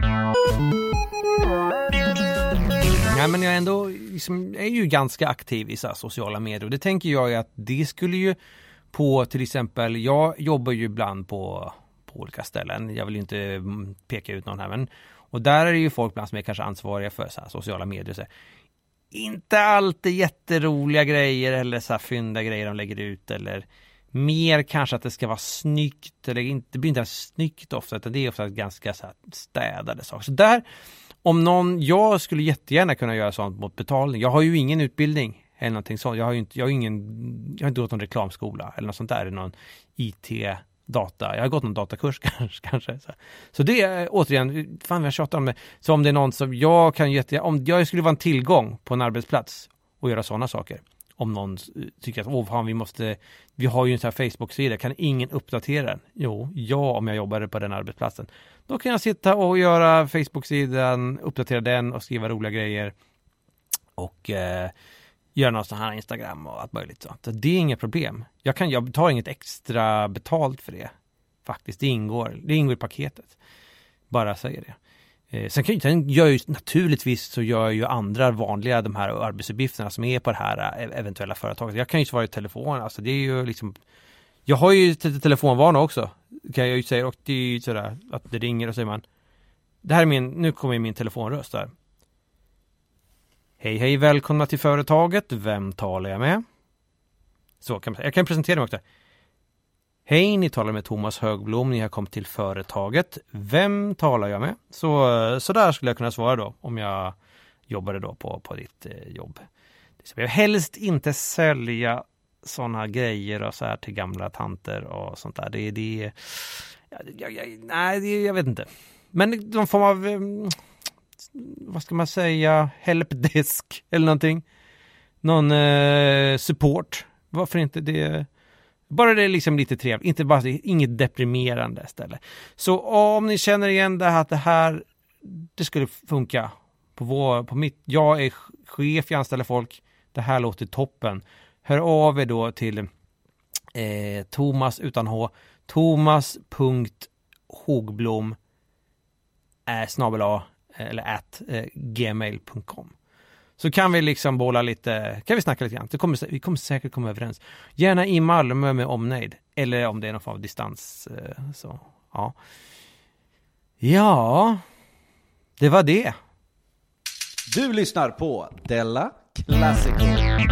Nej, men jag ändå liksom, är ju ganska aktiv i så här sociala medier. Och det tänker jag att det skulle ju på till exempel, jag jobbar ju ibland på, på olika ställen. Jag vill ju inte peka ut någon här, men och där är det ju folk bland som är kanske ansvariga för så här sociala medier. Så här, inte alltid jätteroliga grejer eller så här fynda grejer de lägger ut eller mer kanske att det ska vara snyggt eller inte, det blir inte snyggt ofta utan det är ofta ganska så här städade saker. Så där, om någon, jag skulle jättegärna kunna göra sånt mot betalning. Jag har ju ingen utbildning eller någonting sånt. Jag har ju inte, jag har ingen, jag har inte gått någon reklamskola eller något sånt där, någon I T data. Jag har gått någon datakurs kanske. kanske så. så det är återigen, fan jag tjatar om det. Så om det är någon som jag kan jättegärna, om jag skulle vara en tillgång på en arbetsplats och göra sådana saker. Om någon tycker att åh fan, vi måste, vi har ju en sån här Facebook-sida, kan ingen uppdatera den? Jo, ja, om jag jobbade på den arbetsplatsen. Då kan jag sitta och göra Facebook-sidan, uppdatera den och skriva roliga grejer och eh, göra något sån här Instagram och allt möjligt sånt. Så det är inget problem. Jag kan, jag tar inget extra betalt för det. Faktiskt, det ingår, det ingår i paketet. Bara säger det. Sen, kan, sen gör ju, naturligtvis så gör ju andra vanliga de här arbetsuppgifterna som är på det här eventuella företaget. Jag kan ju svara i telefon, alltså det är ju liksom, jag har ju telefonvana också, kan jag ju säga, och det är ju sådär att det ringer och säger man, det här är min, nu kommer min telefonröst där. Hej hej, välkomna till företaget, vem talar jag med? Så kan man säga, jag kan presentera mig också. Hej, ni talar med Thomas Högblom, ni har kommit till företaget. Vem talar jag med? Så, så där skulle jag kunna svara då, om jag jobbade då på, på ditt eh, jobb. Jag vill helst inte sälja sådana grejer och så här till gamla tanter och sånt där. Det, det, ja, jag, jag, nej, det, jag vet inte. Men någon form av, eh, vad ska man säga, helpdesk eller någonting. Någon eh, support. Varför inte det? Bara det är liksom lite trevligt, inte bara inget deprimerande ställe. Så om ni känner igen det här, att det här det skulle funka på vår, på mitt, jag är chef, jag anställer folk, det här låter toppen. Hör av er då till eh, Thomas utan H, thomas.hogblom är snabel a eller at eh, gmail punkt com. Så kan vi liksom bolla lite, kan vi snacka lite grann. Det kommer, vi kommer säkert komma överens. Gärna i Malmö med omnejd. Eller om det är någon form av distans. Så, ja. Ja, det var det. Du lyssnar på Della Classico.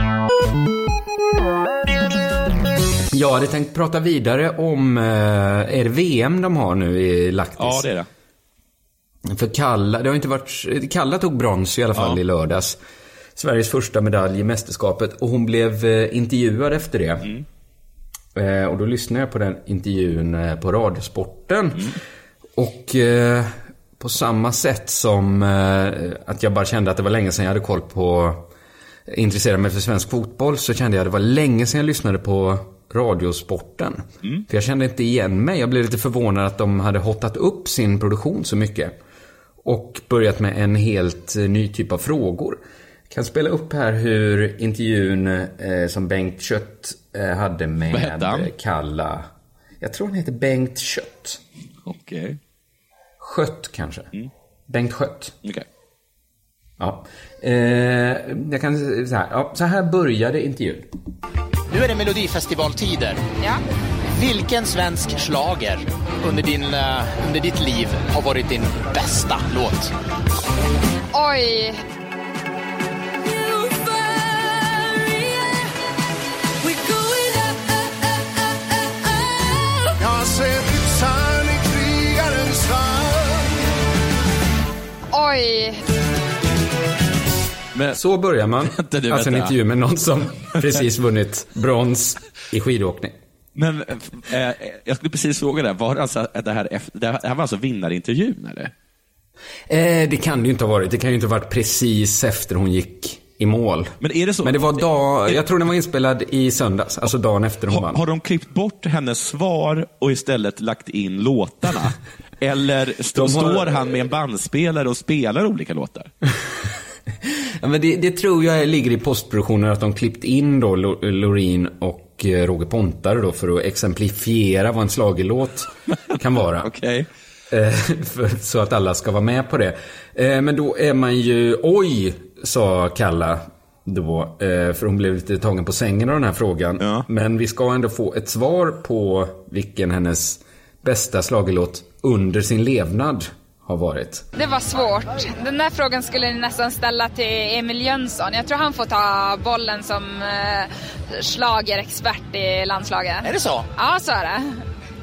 Jag hade tänkt prata vidare om, är det V M de har nu i Lahtis? Ja, det är det. För Kalla, det har inte varit, Kalla tog brons i alla fall ja. i lördags. Sveriges första medalj i mästerskapet. Och hon blev eh, intervjuad efter det. Mm. Eh, och då lyssnade jag på den intervjun eh, på Radiosporten. Mm. Och eh, på samma sätt som eh, att jag bara kände att det var länge sedan jag hade koll på, intresserad mig för svensk fotboll, så kände jag att det var länge sedan jag lyssnade på Radiosporten. Mm. För jag kände inte igen mig. Jag blev lite förvånad att de hade hotat upp sin produktion så mycket. Och börjat med en helt ny typ av frågor. Jag kan spela upp här hur intervjun eh, som Bengt Schött eh, hade med Kalla. Jag tror han heter Bengt Schött. Okej. Okay. Schött kanske. Mm. Bengt Schött. Okej. Okay. Ja. Eh, jag kan så här, ja, så här började intervjun. Nu är det Melodifestivaltider. Ja. Vilken svensk schlager under, din, uh, under ditt liv har varit din bästa låt? Oj. Jag ser yxan i krigarens hand. Oj. Men så börjar man. du, alltså en vänta. intervju med någon som precis vunnit brons i skidåkning. Men eh, jag skulle precis fråga där, var det, alltså, det, här, det här var alltså vinnarintervjun eller? Eh, det kan det ju inte ha varit. Det kan ju inte ha varit precis efter hon gick i mål. Men är det så? Men det var dag, jag tror den var inspelad i söndags, alltså dagen efter hon har, vann. Har de klippt bort hennes svar och istället lagt in låtarna? Eller stå, har... står han med en bandspelare och spelar olika låtar? Ja, men det, det tror jag ligger i postproduktionen att de klippt in då Loreen och Roger Pontare då för att exemplifiera vad en schlagerlåt kan vara. Okej. Eh, så att alla ska vara med på det. Eh, men då är man ju, oj, sa Kalla då, eh, för hon blev lite tagen på sängen av den här frågan. Ja. Men vi ska ändå få ett svar på vilken hennes bästa schlagerlåt under sin levnad har varit. Det var svårt. Den där frågan skulle ni nästan ställa till Emil Jönsson. Jag tror han får ta bollen som eh, schlagerexpert i landslaget. Är det så? Ja, så är det.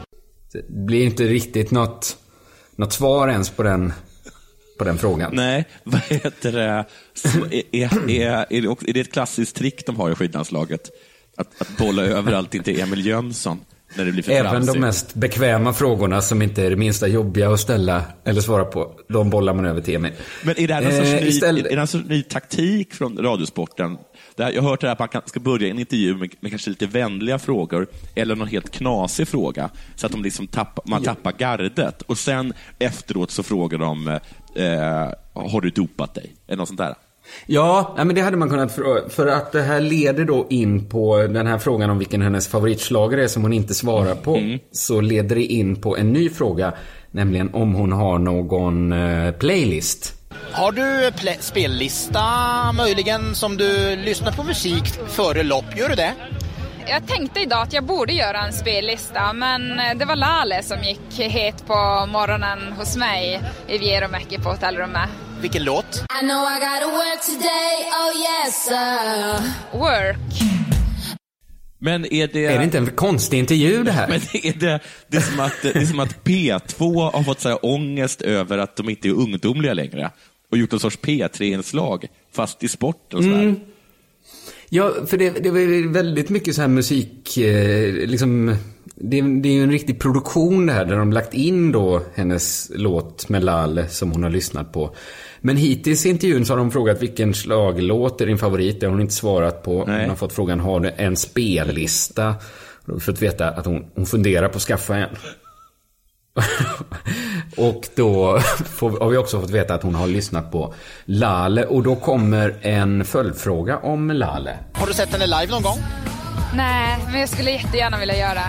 Det blir inte riktigt något, något svar ens på den, på den frågan. Nej, vad heter det? Så är, är, är, är, det också, är det ett klassiskt trick de har i skidlandslaget? Att, att bolla överallt inte Emil Jönsson när det blir för Även tramsigt. de mest bekväma frågorna som inte är det minsta jobbiga att ställa eller svara på, de bollar man över till Emil. Men är det här någon sorts, eh, ny, istället... är det någon sorts ny taktik från Radiosporten? Det här, jag har hört det här att man kan, ska börja en intervju med, med kanske lite vänliga frågor eller någon helt knasig fråga så att de liksom tapp, man ja. tappar gardet och sen efteråt så frågar de eh, har du dopat dig? Eller något sånt där. Ja, men det hade man kunnat, för att det här leder då in på den här frågan om vilken hennes favoritschlager är som hon inte svarar på. Mm. Så leder det in på en ny fråga, nämligen om hon har någon eh, playlist. Har du pl- spellista möjligen som du lyssnar på musik före lopp? Gör du det? Jag tänkte idag att jag borde göra en spellista, men det var Lale som gick het på morgonen hos mig i Vierumäki på hotellrummet. Vilken låt? I know I gotta work today, oh yes sir. Work. Men är det... Är det inte en konstig intervju det här? Men är det, det, är som att, det är som att P två har fått så här ångest över att de inte är ungdomliga längre och gjort en sorts P tre-inslag fast i sport och sådär. Mm. Ja, för det, det var väldigt mycket så här musik, eh, liksom, det, det är ju en riktig produktion det här där de lagt in då hennes låt med Lale som hon har lyssnat på. Men hittills i intervjun så har de frågat vilken slaglåt är din favorit, det har hon inte svarat på. Nej. Hon har fått frågan, har du en spellista? Och har fått veta att hon, hon funderar på att skaffa en. Och då får, har vi också fått veta att hon har lyssnat på Lale. Och då kommer en följdfråga om Lale. Har du sett henne live någon gång? Nej, men jag skulle jättegärna vilja göra.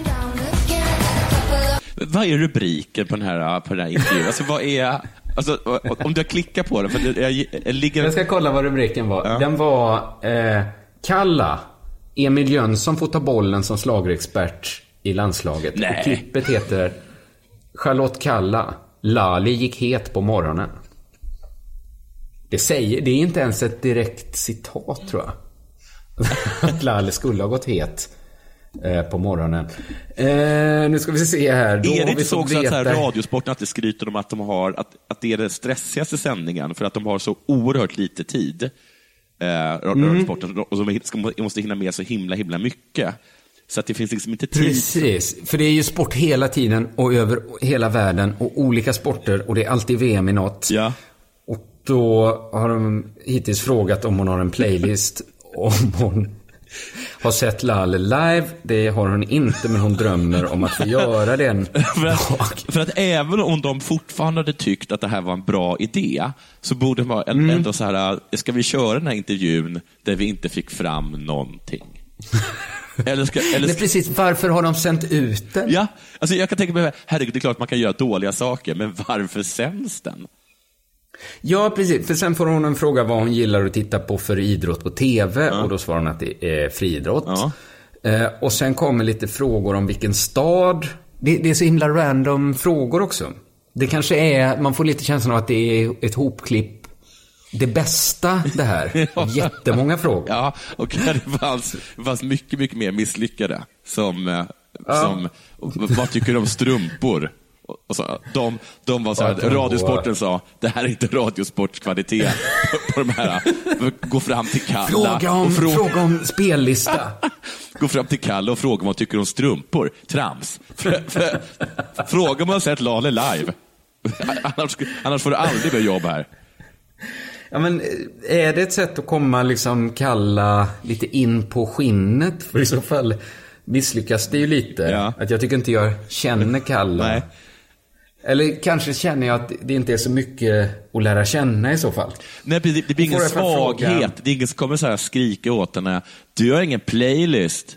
Vad är rubriken på den här, på den här intervjun? Alltså, vad är... Alltså, om du klickar på den för det, jag, jag, ligger... jag ska kolla vad rubriken var. Ja. Den var eh, Kalla Emil Jönsson får ta bollen som slagerexpert i landslaget. Nej. Och klippet heter Charlotte Kalla Lale gick het på morgonen. Det säger, det är inte ens ett direkt citat tror jag. Att Lale skulle ha gått het eh, på morgonen. Eh, nu ska vi se här. Då är det inte så också veta... att så här, Radiosporten alltid skryter om att de har att, att det är den stressigaste sändningen för att de har så oerhört lite tid. Eh, Radiosporten mm. och de ska, måste hinna med så himla himla mycket. Så att det finns liksom inte tid. Precis, för det är ju sport hela tiden och över hela världen och olika sporter och det är alltid V M i något. Ja. Och då har de hittills frågat om hon har en playlist, om hon har sett Lalle live. Det har hon inte, men hon drömmer om att få göra det en för, att, för att även om de fortfarande hade tyckt att det här var en bra idé, så borde man mm. ändå så här, ska vi köra den här intervjun där vi inte fick fram någonting? Eller ska, eller ska... Nej, precis, varför har de sänt ut den? Ja, alltså jag kan tänka mig, herregud, det är klart man kan göra dåliga saker, men varför sänds den? Ja, precis, för sen får hon en fråga vad hon gillar att titta på för idrott på tv, ja. Och då svarar hon att det är friidrott. Ja. eh, Och sen kommer lite frågor om vilken stad. det, det är så himla random frågor också. Det kanske är, man får lite känslan av att det är ett hopklipp, det bästa det här. Ja. Jättemånga frågor. Ja, och det fanns, det fanns mycket, mycket mer misslyckade. Som, ja. som vad tycker du om strumpor? Och så, de, de var så här, Radiosporten sa, det här är inte radiosportkvalitet på, på de här. Gå fram till Kalle. Fråga om, och fråga, fråga om spellista. Gå fram till Kalle och fråga vad tycker om strumpor. Trams. För, för, fråga om man har sett Lalle live. Annars, annars får du aldrig börja jobb här. Ja, men är det ett sätt att komma liksom kalla lite in på skinnet? För i så fall misslyckas det ju lite. Ja. Att jag tycker inte jag känner Kalle. Nej. Eller kanske känner jag att det inte är så mycket att lära känna i så fall. Nej, det, det blir ingen svaghet. Det är ingen som kommer så här skrika åt henne. Du har ingen playlist.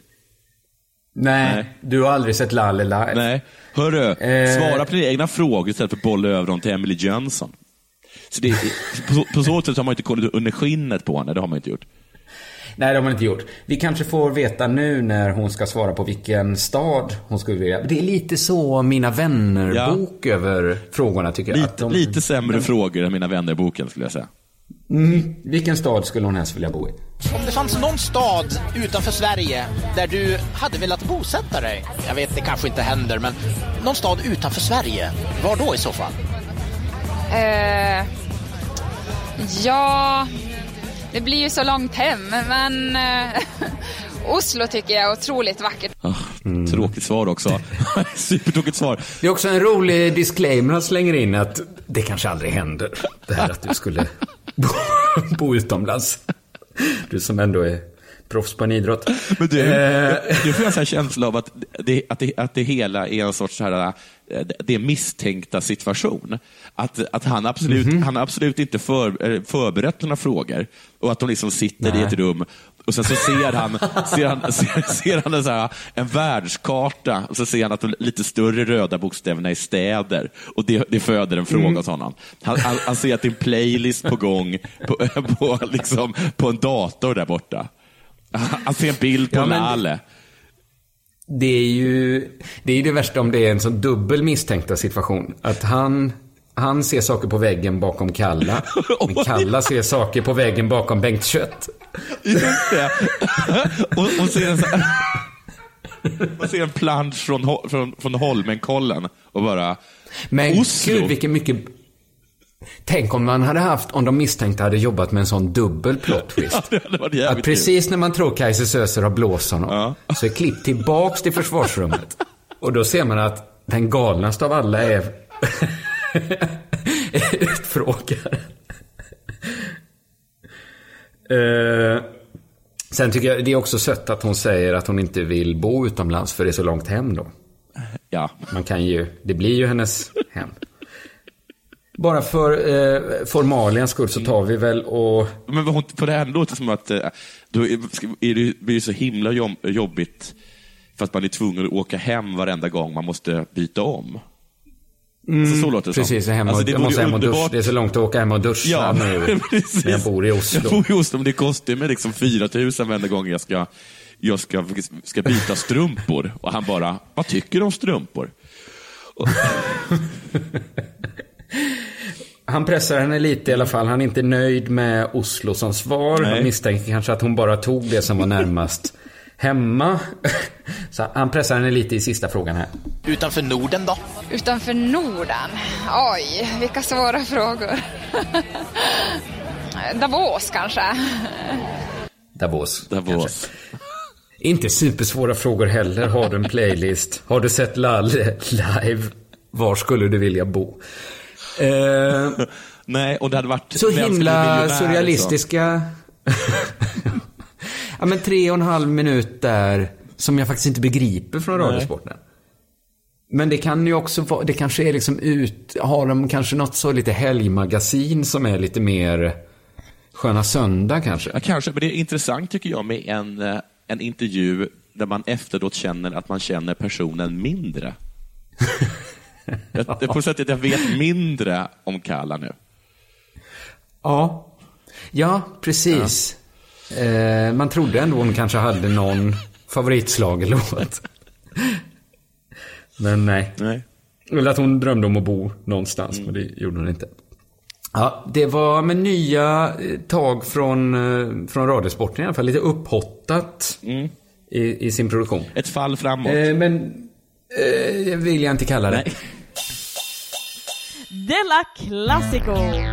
Nej, Nej. Du har aldrig sett Lalle live. Nej. Hörru, eh... svara på dina egna frågor istället för att bolla över dem till Emily Jönsson. Så det, på, på så sätt har man inte kollat under skinnet på henne. Det har man inte gjort. Nej, det har man inte gjort. Vi kanske får veta nu när hon ska svara på vilken stad hon skulle vilja. Det är lite så Mina vänner-bok ja. Över frågorna, tycker jag. Lite, att de, lite sämre de... frågor än Mina vänner-boken, skulle jag säga. Mm, vilken stad skulle hon helst vilja bo i? Om det fanns någon stad utanför Sverige där du hade velat bosätta dig, jag vet, det kanske inte händer, men någon stad utanför Sverige, var då i så fall? Uh, ja... Det blir ju så långt hem, men uh, Oslo tycker jag är otroligt vackert. Oh, mm. Tråkigt svar också. Supertråkigt svar. Det är också en rolig disclaimer att slänga in att det kanske aldrig händer. Det här att du skulle bo, bo utomlands. Du som ändå är proffs på en idrott. Men du, eh. du får en sån här känsla av att det, att, det, att det hela är en sorts så här, det är misstänkta situation. Att, att han absolut, mm-hmm. han absolut inte för, förberett några frågor. Och att de liksom sitter Nej. I ett rum. Och sen så ser han, ser han, ser, ser han en, så här, en världskarta. Och så ser han att de lite större röda bokstäverna är städer. Och det, det föder en fråga mm. hos honom. Han, han, han ser att det är en playlist på gång på, på, liksom, på en dator där borta. Han ser en bild på ja, Lalle. Det är ju det är det värsta om det är en sån dubbel misstänkta situation. Att han, han ser saker på väggen bakom Kalla. Men Kalla ser saker på väggen bakom Bengt Kött. Just det. och, och ser en, så här, man ser en plansch från, från, från Holmenkollen och bara Men Oslo. Gud, vilken mycket... Tänk om man hade haft, om de misstänkta hade jobbat med en sån dubbel plot twist. Ja, det hade varit att precis när man tror Kaiser Sözer har blåst honom, ja. Så är klipp tillbaks till försvarsrummet. Och då ser man att den galnaste av alla är utfrågare. uh, sen tycker jag det är också sött att hon säger att hon inte vill bo utomlands för det är så långt hem då. Ja. Man kan ju, det blir ju hennes hem. Bara för eh, formaliens skull så tar vi väl och... Men vad hon, för det här låter som att eh, då är, är det blir så himla jobbigt för att man är tvungen att åka hem varenda gång man måste byta om. Mm, så, så låter det precis, som. Hem och, Alltså, det jag måste hem och underbart... duscha. Det är så långt att åka hem och duscha ja, nu när jag bor i Oslo. Jag bor i Oslo, men det kostar mig liksom fyra tusen varenda gång jag ska, jag ska, ska byta strumpor. Och han bara, vad tycker du om strumpor? Och... Han pressar henne lite i alla fall. Han är inte nöjd med Oslo som svar. Nej. Han misstänker kanske att hon bara tog det som var närmast hemma. Så han pressar henne lite i sista frågan här. Utanför Norden då? Utanför Norden? Oj, vilka svåra frågor. Davos kanske. Davos. Davos. Kanske. Inte supersvåra frågor heller. Har du en playlist? Har du sett Lalle live? Var skulle du vilja bo? Uh, Nej, och det hade varit så himla surrealistiska. Ja, Ja, men tre och en halv minut där som jag faktiskt inte begriper från Radiosporten. Men det kan ju också vara, det kanske är liksom ut, har de kanske något så lite helgmagasin som är lite mer Sköna söndag kanske. Ja, kanske, men det är intressant tycker jag med en, en intervju där man efteråt känner att man känner personen mindre. jag, det är på sättet att jag vet mindre om Kalla nu. Ja, ja precis. Ja. Eh, man trodde ändå hon kanske hade någon favoritslagelåt. Men nej. nej. Eller att hon drömde om att bo någonstans, mm. men det gjorde hon inte. Ja, det var med nya tag från, från Radiosporten i alla fall. Lite upphottat mm. i, i sin produktion. Ett fall framåt. Eh, men eh, vill jag inte kalla det. Nej. Della Classico.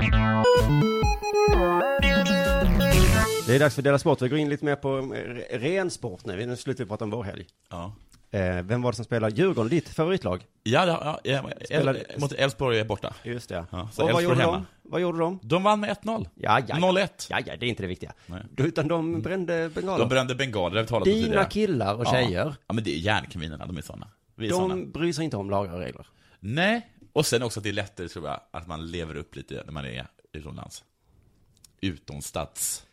Det är dags för Della Sport. Vi går in lite mer på ren sport nu. Nu slutar vi prata om vår helg. Ja. Eh, vem var det som spelar Djurgården, ditt favoritlag? Ja, ja, ja Spelade... mot Elfsborg är borta. Just det. Ja, så och vad gjorde, hemma. de? vad gjorde de? De vann med ett noll. Ja, ja, noll ett. Ja, ja, det är inte det viktiga. Nej. Utan de brände bengaler. De brände bengaler, det har vi talat om Dina tidigare. killar och tjejer. Ja. ja, men det är järnkaminerna, de är sådana. Vi är de såna. bryr sig inte om lagar och regler. Nej, och sen också att det är lättare tror jag att man lever upp lite när man är utomlands. Utomstats.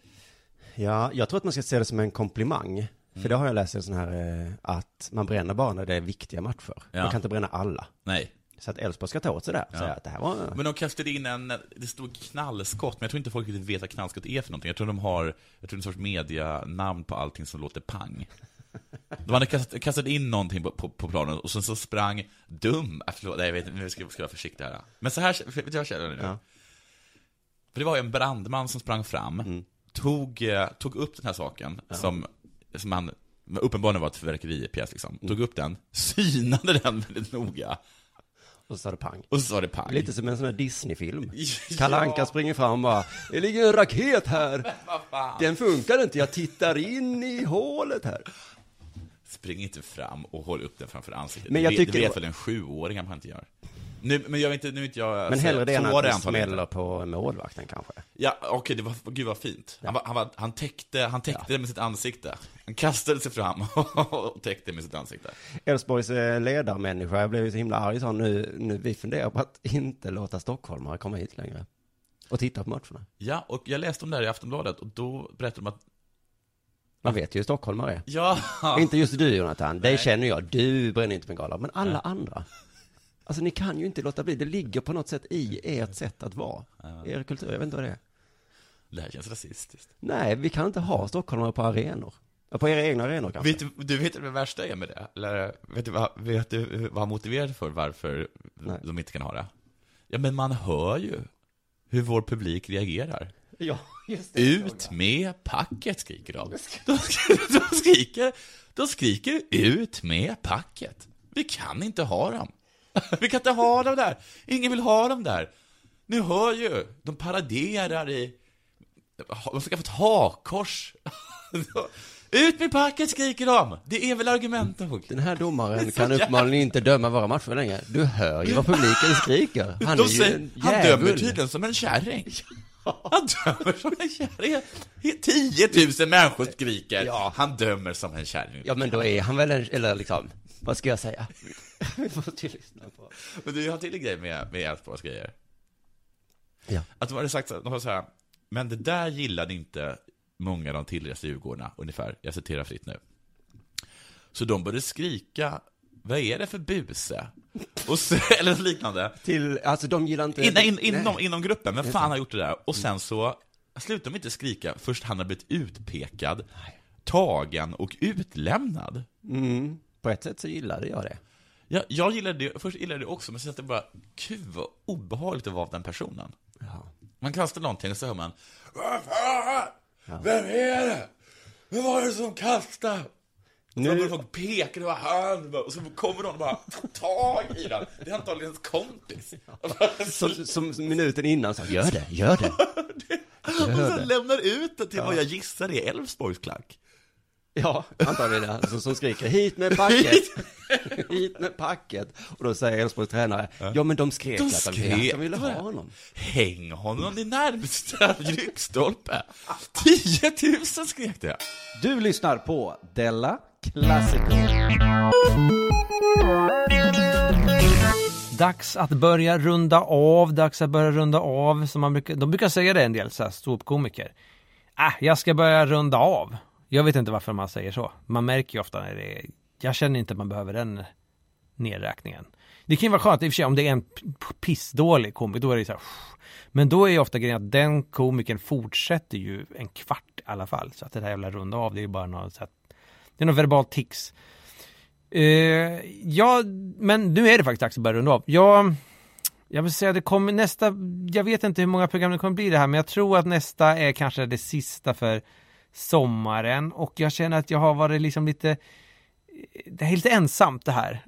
Ja, jag tror att man ska se det som en komplimang. Mm. För det har jag läst en sån här eh, att man bränner bara när det är viktiga matcher. Ja. Man kan inte bränna alla. Nej. Så att Elfsborg ska ta åt sig där. Ja. Säga att det här var... Men de kastade in en, det stod knallskott, men jag tror inte folk riktigt vet vad knallskott är för någonting. Jag tror de har, jag tror en sorts medianamn på allting som låter pang. De hade kastat, kastat in någonting på, på, på planen och sen så sprang dum, förlåt, nej, jag vet inte, nu ska jag vara försiktig här. Men så här, vet jag känner det nu. Ja. För det var ju en brandman som sprang fram, mm. tog, tog upp den här saken ja. som, som han uppenbarligen var ett fyrverkeripjäs liksom. Mm. Tog upp den, synade den väldigt noga. Och så sa det pang. Och så sa det pang. Lite som en sån här Disney-film. Ja. Kalle Anka springer fram och bara, det ligger en raket här. Den funkar inte, jag tittar in i hålet här. Spring inte fram och håll upp den framför ansiktet. Men jag det, tycker det vet det var... väl en sjuåring man inte gör. Nu, men jag vet inte, nu inte jag... Men hellre det än att det smäller på målvakten kanske. Ja, okej, okay, det var, gud vad fint. Ja. Han, var, han, var, han täckte, han täckte ja. det med sitt ansikte. Han kastade sig fram och täckte med sitt ansikte. Elfsborgs ledarmänniska, jag blev ju så himla arg, så nu, nu vi funderar på att inte låta stockholmare komma hit längre och titta på matcherna. Ja, och jag läste om det här i Aftonbladet och då berättade de att man vet ju hur stockholmare är. Ja. Inte just du, Jonathan, det känner jag. Du bränner inte bengaler, men alla Nej. andra. Alltså ni kan ju inte låta bli. Det ligger på något sätt i ert sätt att vara. Ja. Er kultur, jag vet inte vad det är. Det här känns rasistiskt. Nej, vi kan inte ha stockholmare på arenor. På era egna arenor kanske. Vet du, du vet vad det värsta är med det? Eller vet du vad, vet du vad motiverat för varför Nej. de inte kan ha det? Ja, men man hör ju hur vår publik reagerar. Ja, just det. Ut med packet, skriker de. De skriker, de skriker ut med packet. Vi kan inte ha dem. Vi kan inte ha dem där. Ingen vill ha dem där. Nu hör ju, de paraderar i... De ska få ett hakkors. Ut med packet, skriker de. Det är väl argumenten. Den här domaren kan uppenbarligen inte döma våra matcher längre. Du hör ju vad publiken skriker. Han är ju en Han dömer tydligen som en kärring. Han dömer som en kärring. tio tusen människor skriker. Ja. Han dömer som en kärring. Ja, men då är han väl en... Eller liksom... Vad ska jag säga? Vi måste ju lyssna på. Men du har till en grej med, med Elfsborgs grejer. Ja. Att de hade sagt så, de har så här, men det där gillade inte många av de tillresta Djurgårdarna ungefär. Jag citerar fritt nu. Så de började skrika, vad är det för buse? Och så, eller liknande. Till, alltså de gillar inte... In, in, inom, inom gruppen, men fan har gjort det där. Och sen så slutar de inte skrika, först han har blivit utpekad, tagen och utlämnad. Mm. På ett sätt så gillade jag det. Ja, jag gillade det, först gillade det också, men sen att det bara, gud vad obehagligt att vara den personen. Ja. Man kastar någonting och så hör man, ja. Vem är det? Vem var det som kastade? Nu... Så börjar folk peka, det var han, och så kommer någon och bara tag i den. Det är antagligen ens kompis. Som, som minuten innan så gör det, gör det. Och sen lämnar ut det till ja. vad jag gissar är Elfsborgs klack. Ja, antagligen det. Alltså, som skriker hit med packet. Hit med packet. Och då säger Elfsborgs tränare, ja. ja men de skrek de att skrek. de, de ville ha honom. Häng honom i närmsta ryggstolpe. tio tusen skrek det. Du lyssnar på Della Classico. Dags att börja runda av, dags att börja runda av. Som man brukar, de brukar säga det en del, så här, ståuppkomiker. Äh, jag ska börja runda av. Jag vet inte varför man säger så. Man märker ju ofta när det är, jag känner inte att man behöver den nedräkningen. Det kan ju vara skönt i och för sig om det är en pissdålig komiker, då är det så här, men då är ju ofta grejen att den komikern fortsätter ju en kvart i alla fall. Så att det här jävla runda av, det är ju bara något så att, det är något verbalt tics. Uh, ja, men nu är det faktiskt dags att börja runda av. Jag, jag vill säga det kommer nästa, jag vet inte hur många program det kommer bli det här, men jag tror att nästa är kanske det sista för sommaren, och jag känner att jag har varit liksom lite, det är lite ensamt det här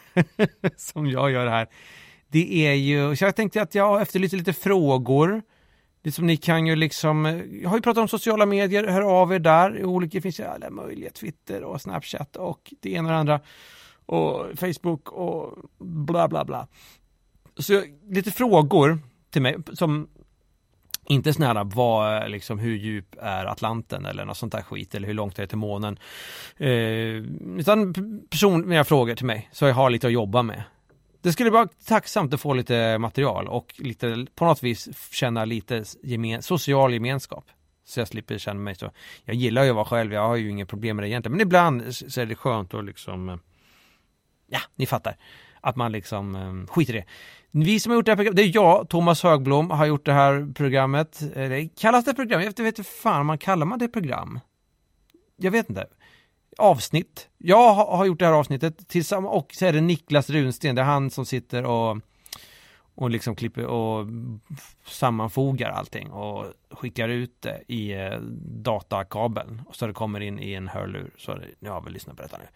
som jag gör det här. Det är ju, så jag tänkte att jag efterlyser lite frågor. Det som ni kan ju liksom, jag har ju pratat om sociala medier, hör av er där. Olika finns ju alla möjliga, Twitter och Snapchat och det ena och det andra. Och Facebook och bla bla bla. Så lite frågor till mig som inte snälla vad liksom hur djup är Atlanten eller något sånt där skit, eller hur långt är det till månen. Eh, utan personliga frågor till mig så jag har lite att jobba med. Det skulle vara tacksamt att få lite material och lite, på något vis känna lite gemen, social gemenskap. Så jag slipper känna mig så. Jag gillar ju att vara själv, jag har ju inga problem med det egentligen. Men ibland så är det skönt att liksom, ja, ni fattar. Att man liksom um, skiter i det. Vi som har gjort det här programmet, det är jag, Thomas Högblom, har gjort det här programmet. Det kallas det program? Jag vet inte fan man kallar man det program. Jag vet inte. Avsnitt. Jag har gjort det här avsnittet tillsammans, och så är det Niklas Runsten, det är han som sitter och och liksom klipper och sammanfogar allting och skickar ut det i eh, datakabeln, och så det kommer in i en hörlur. Så det, nu har vi lyssnat på detta nu.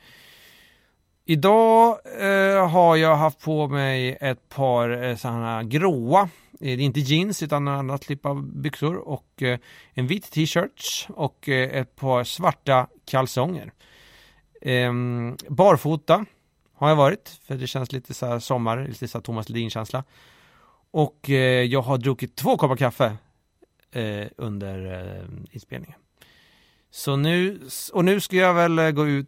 Idag eh, har jag haft på mig ett par eh, sådana gråa, det är inte jeans utan en annan typ av byxor, och eh, en vit t-shirt och eh, ett par svarta kalsonger. Eh, barfota har jag varit, för det känns lite så här sommar, lite så här Thomas Ledin-känsla. Och eh, jag har druckit två koppar kaffe eh, under eh, inspelningen. Så nu, och nu ska jag väl gå ut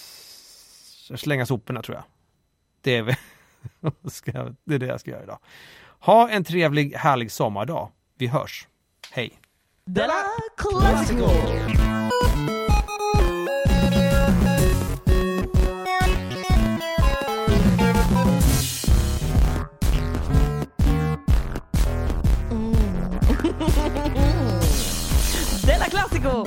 och slänga soporna, tror jag. Det är, väl, det är det jag ska göra idag. Ha en trevlig, härlig sommardag. Vi hörs. Hej. Della Classico. Della Classico.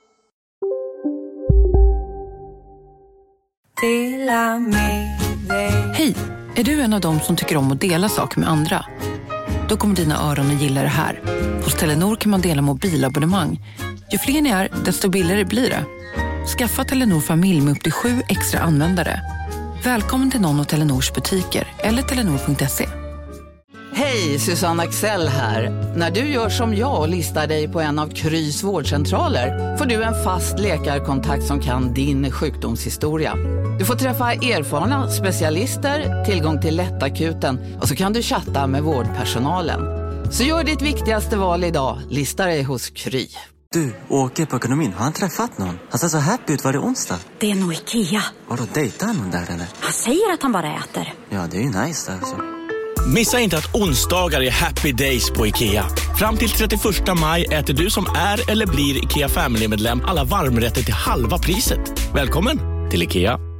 Hej, är du en av dem som tycker om att dela saker med andra? Då kommer dina öron att gilla det här. Hos Telenor kan man dela mobilabonnemang. Ju fler ni är, desto billigare blir det. Skaffa Telenor familj med upp till sju extra användare. Välkommen till någon av Telenors butiker eller telenor punkt se. Hej, Susanne Axel här. När du gör som jag och listar dig på en av Krys vårdcentraler får du en fast läkarkontakt som kan din sjukdomshistoria. Du får träffa erfarna specialister, tillgång till lättakuten och så kan du chatta med vårdpersonalen. Så gör ditt viktigaste val idag, listar dig hos Kry. Du, åker på ekonomin. Har han träffat någon? Han ser så happy ut. Var det onsdag? Det är nog Ikea. Har du dejtat någon där eller? Han säger att han bara äter. Ja, det är ju nice alltså. Missa inte att onsdagar är happy days på Ikea. Fram till trettioförsta maj äter du som är eller blir Ikea Family-medlem alla varmrätter till halva priset. Välkommen till Ikea.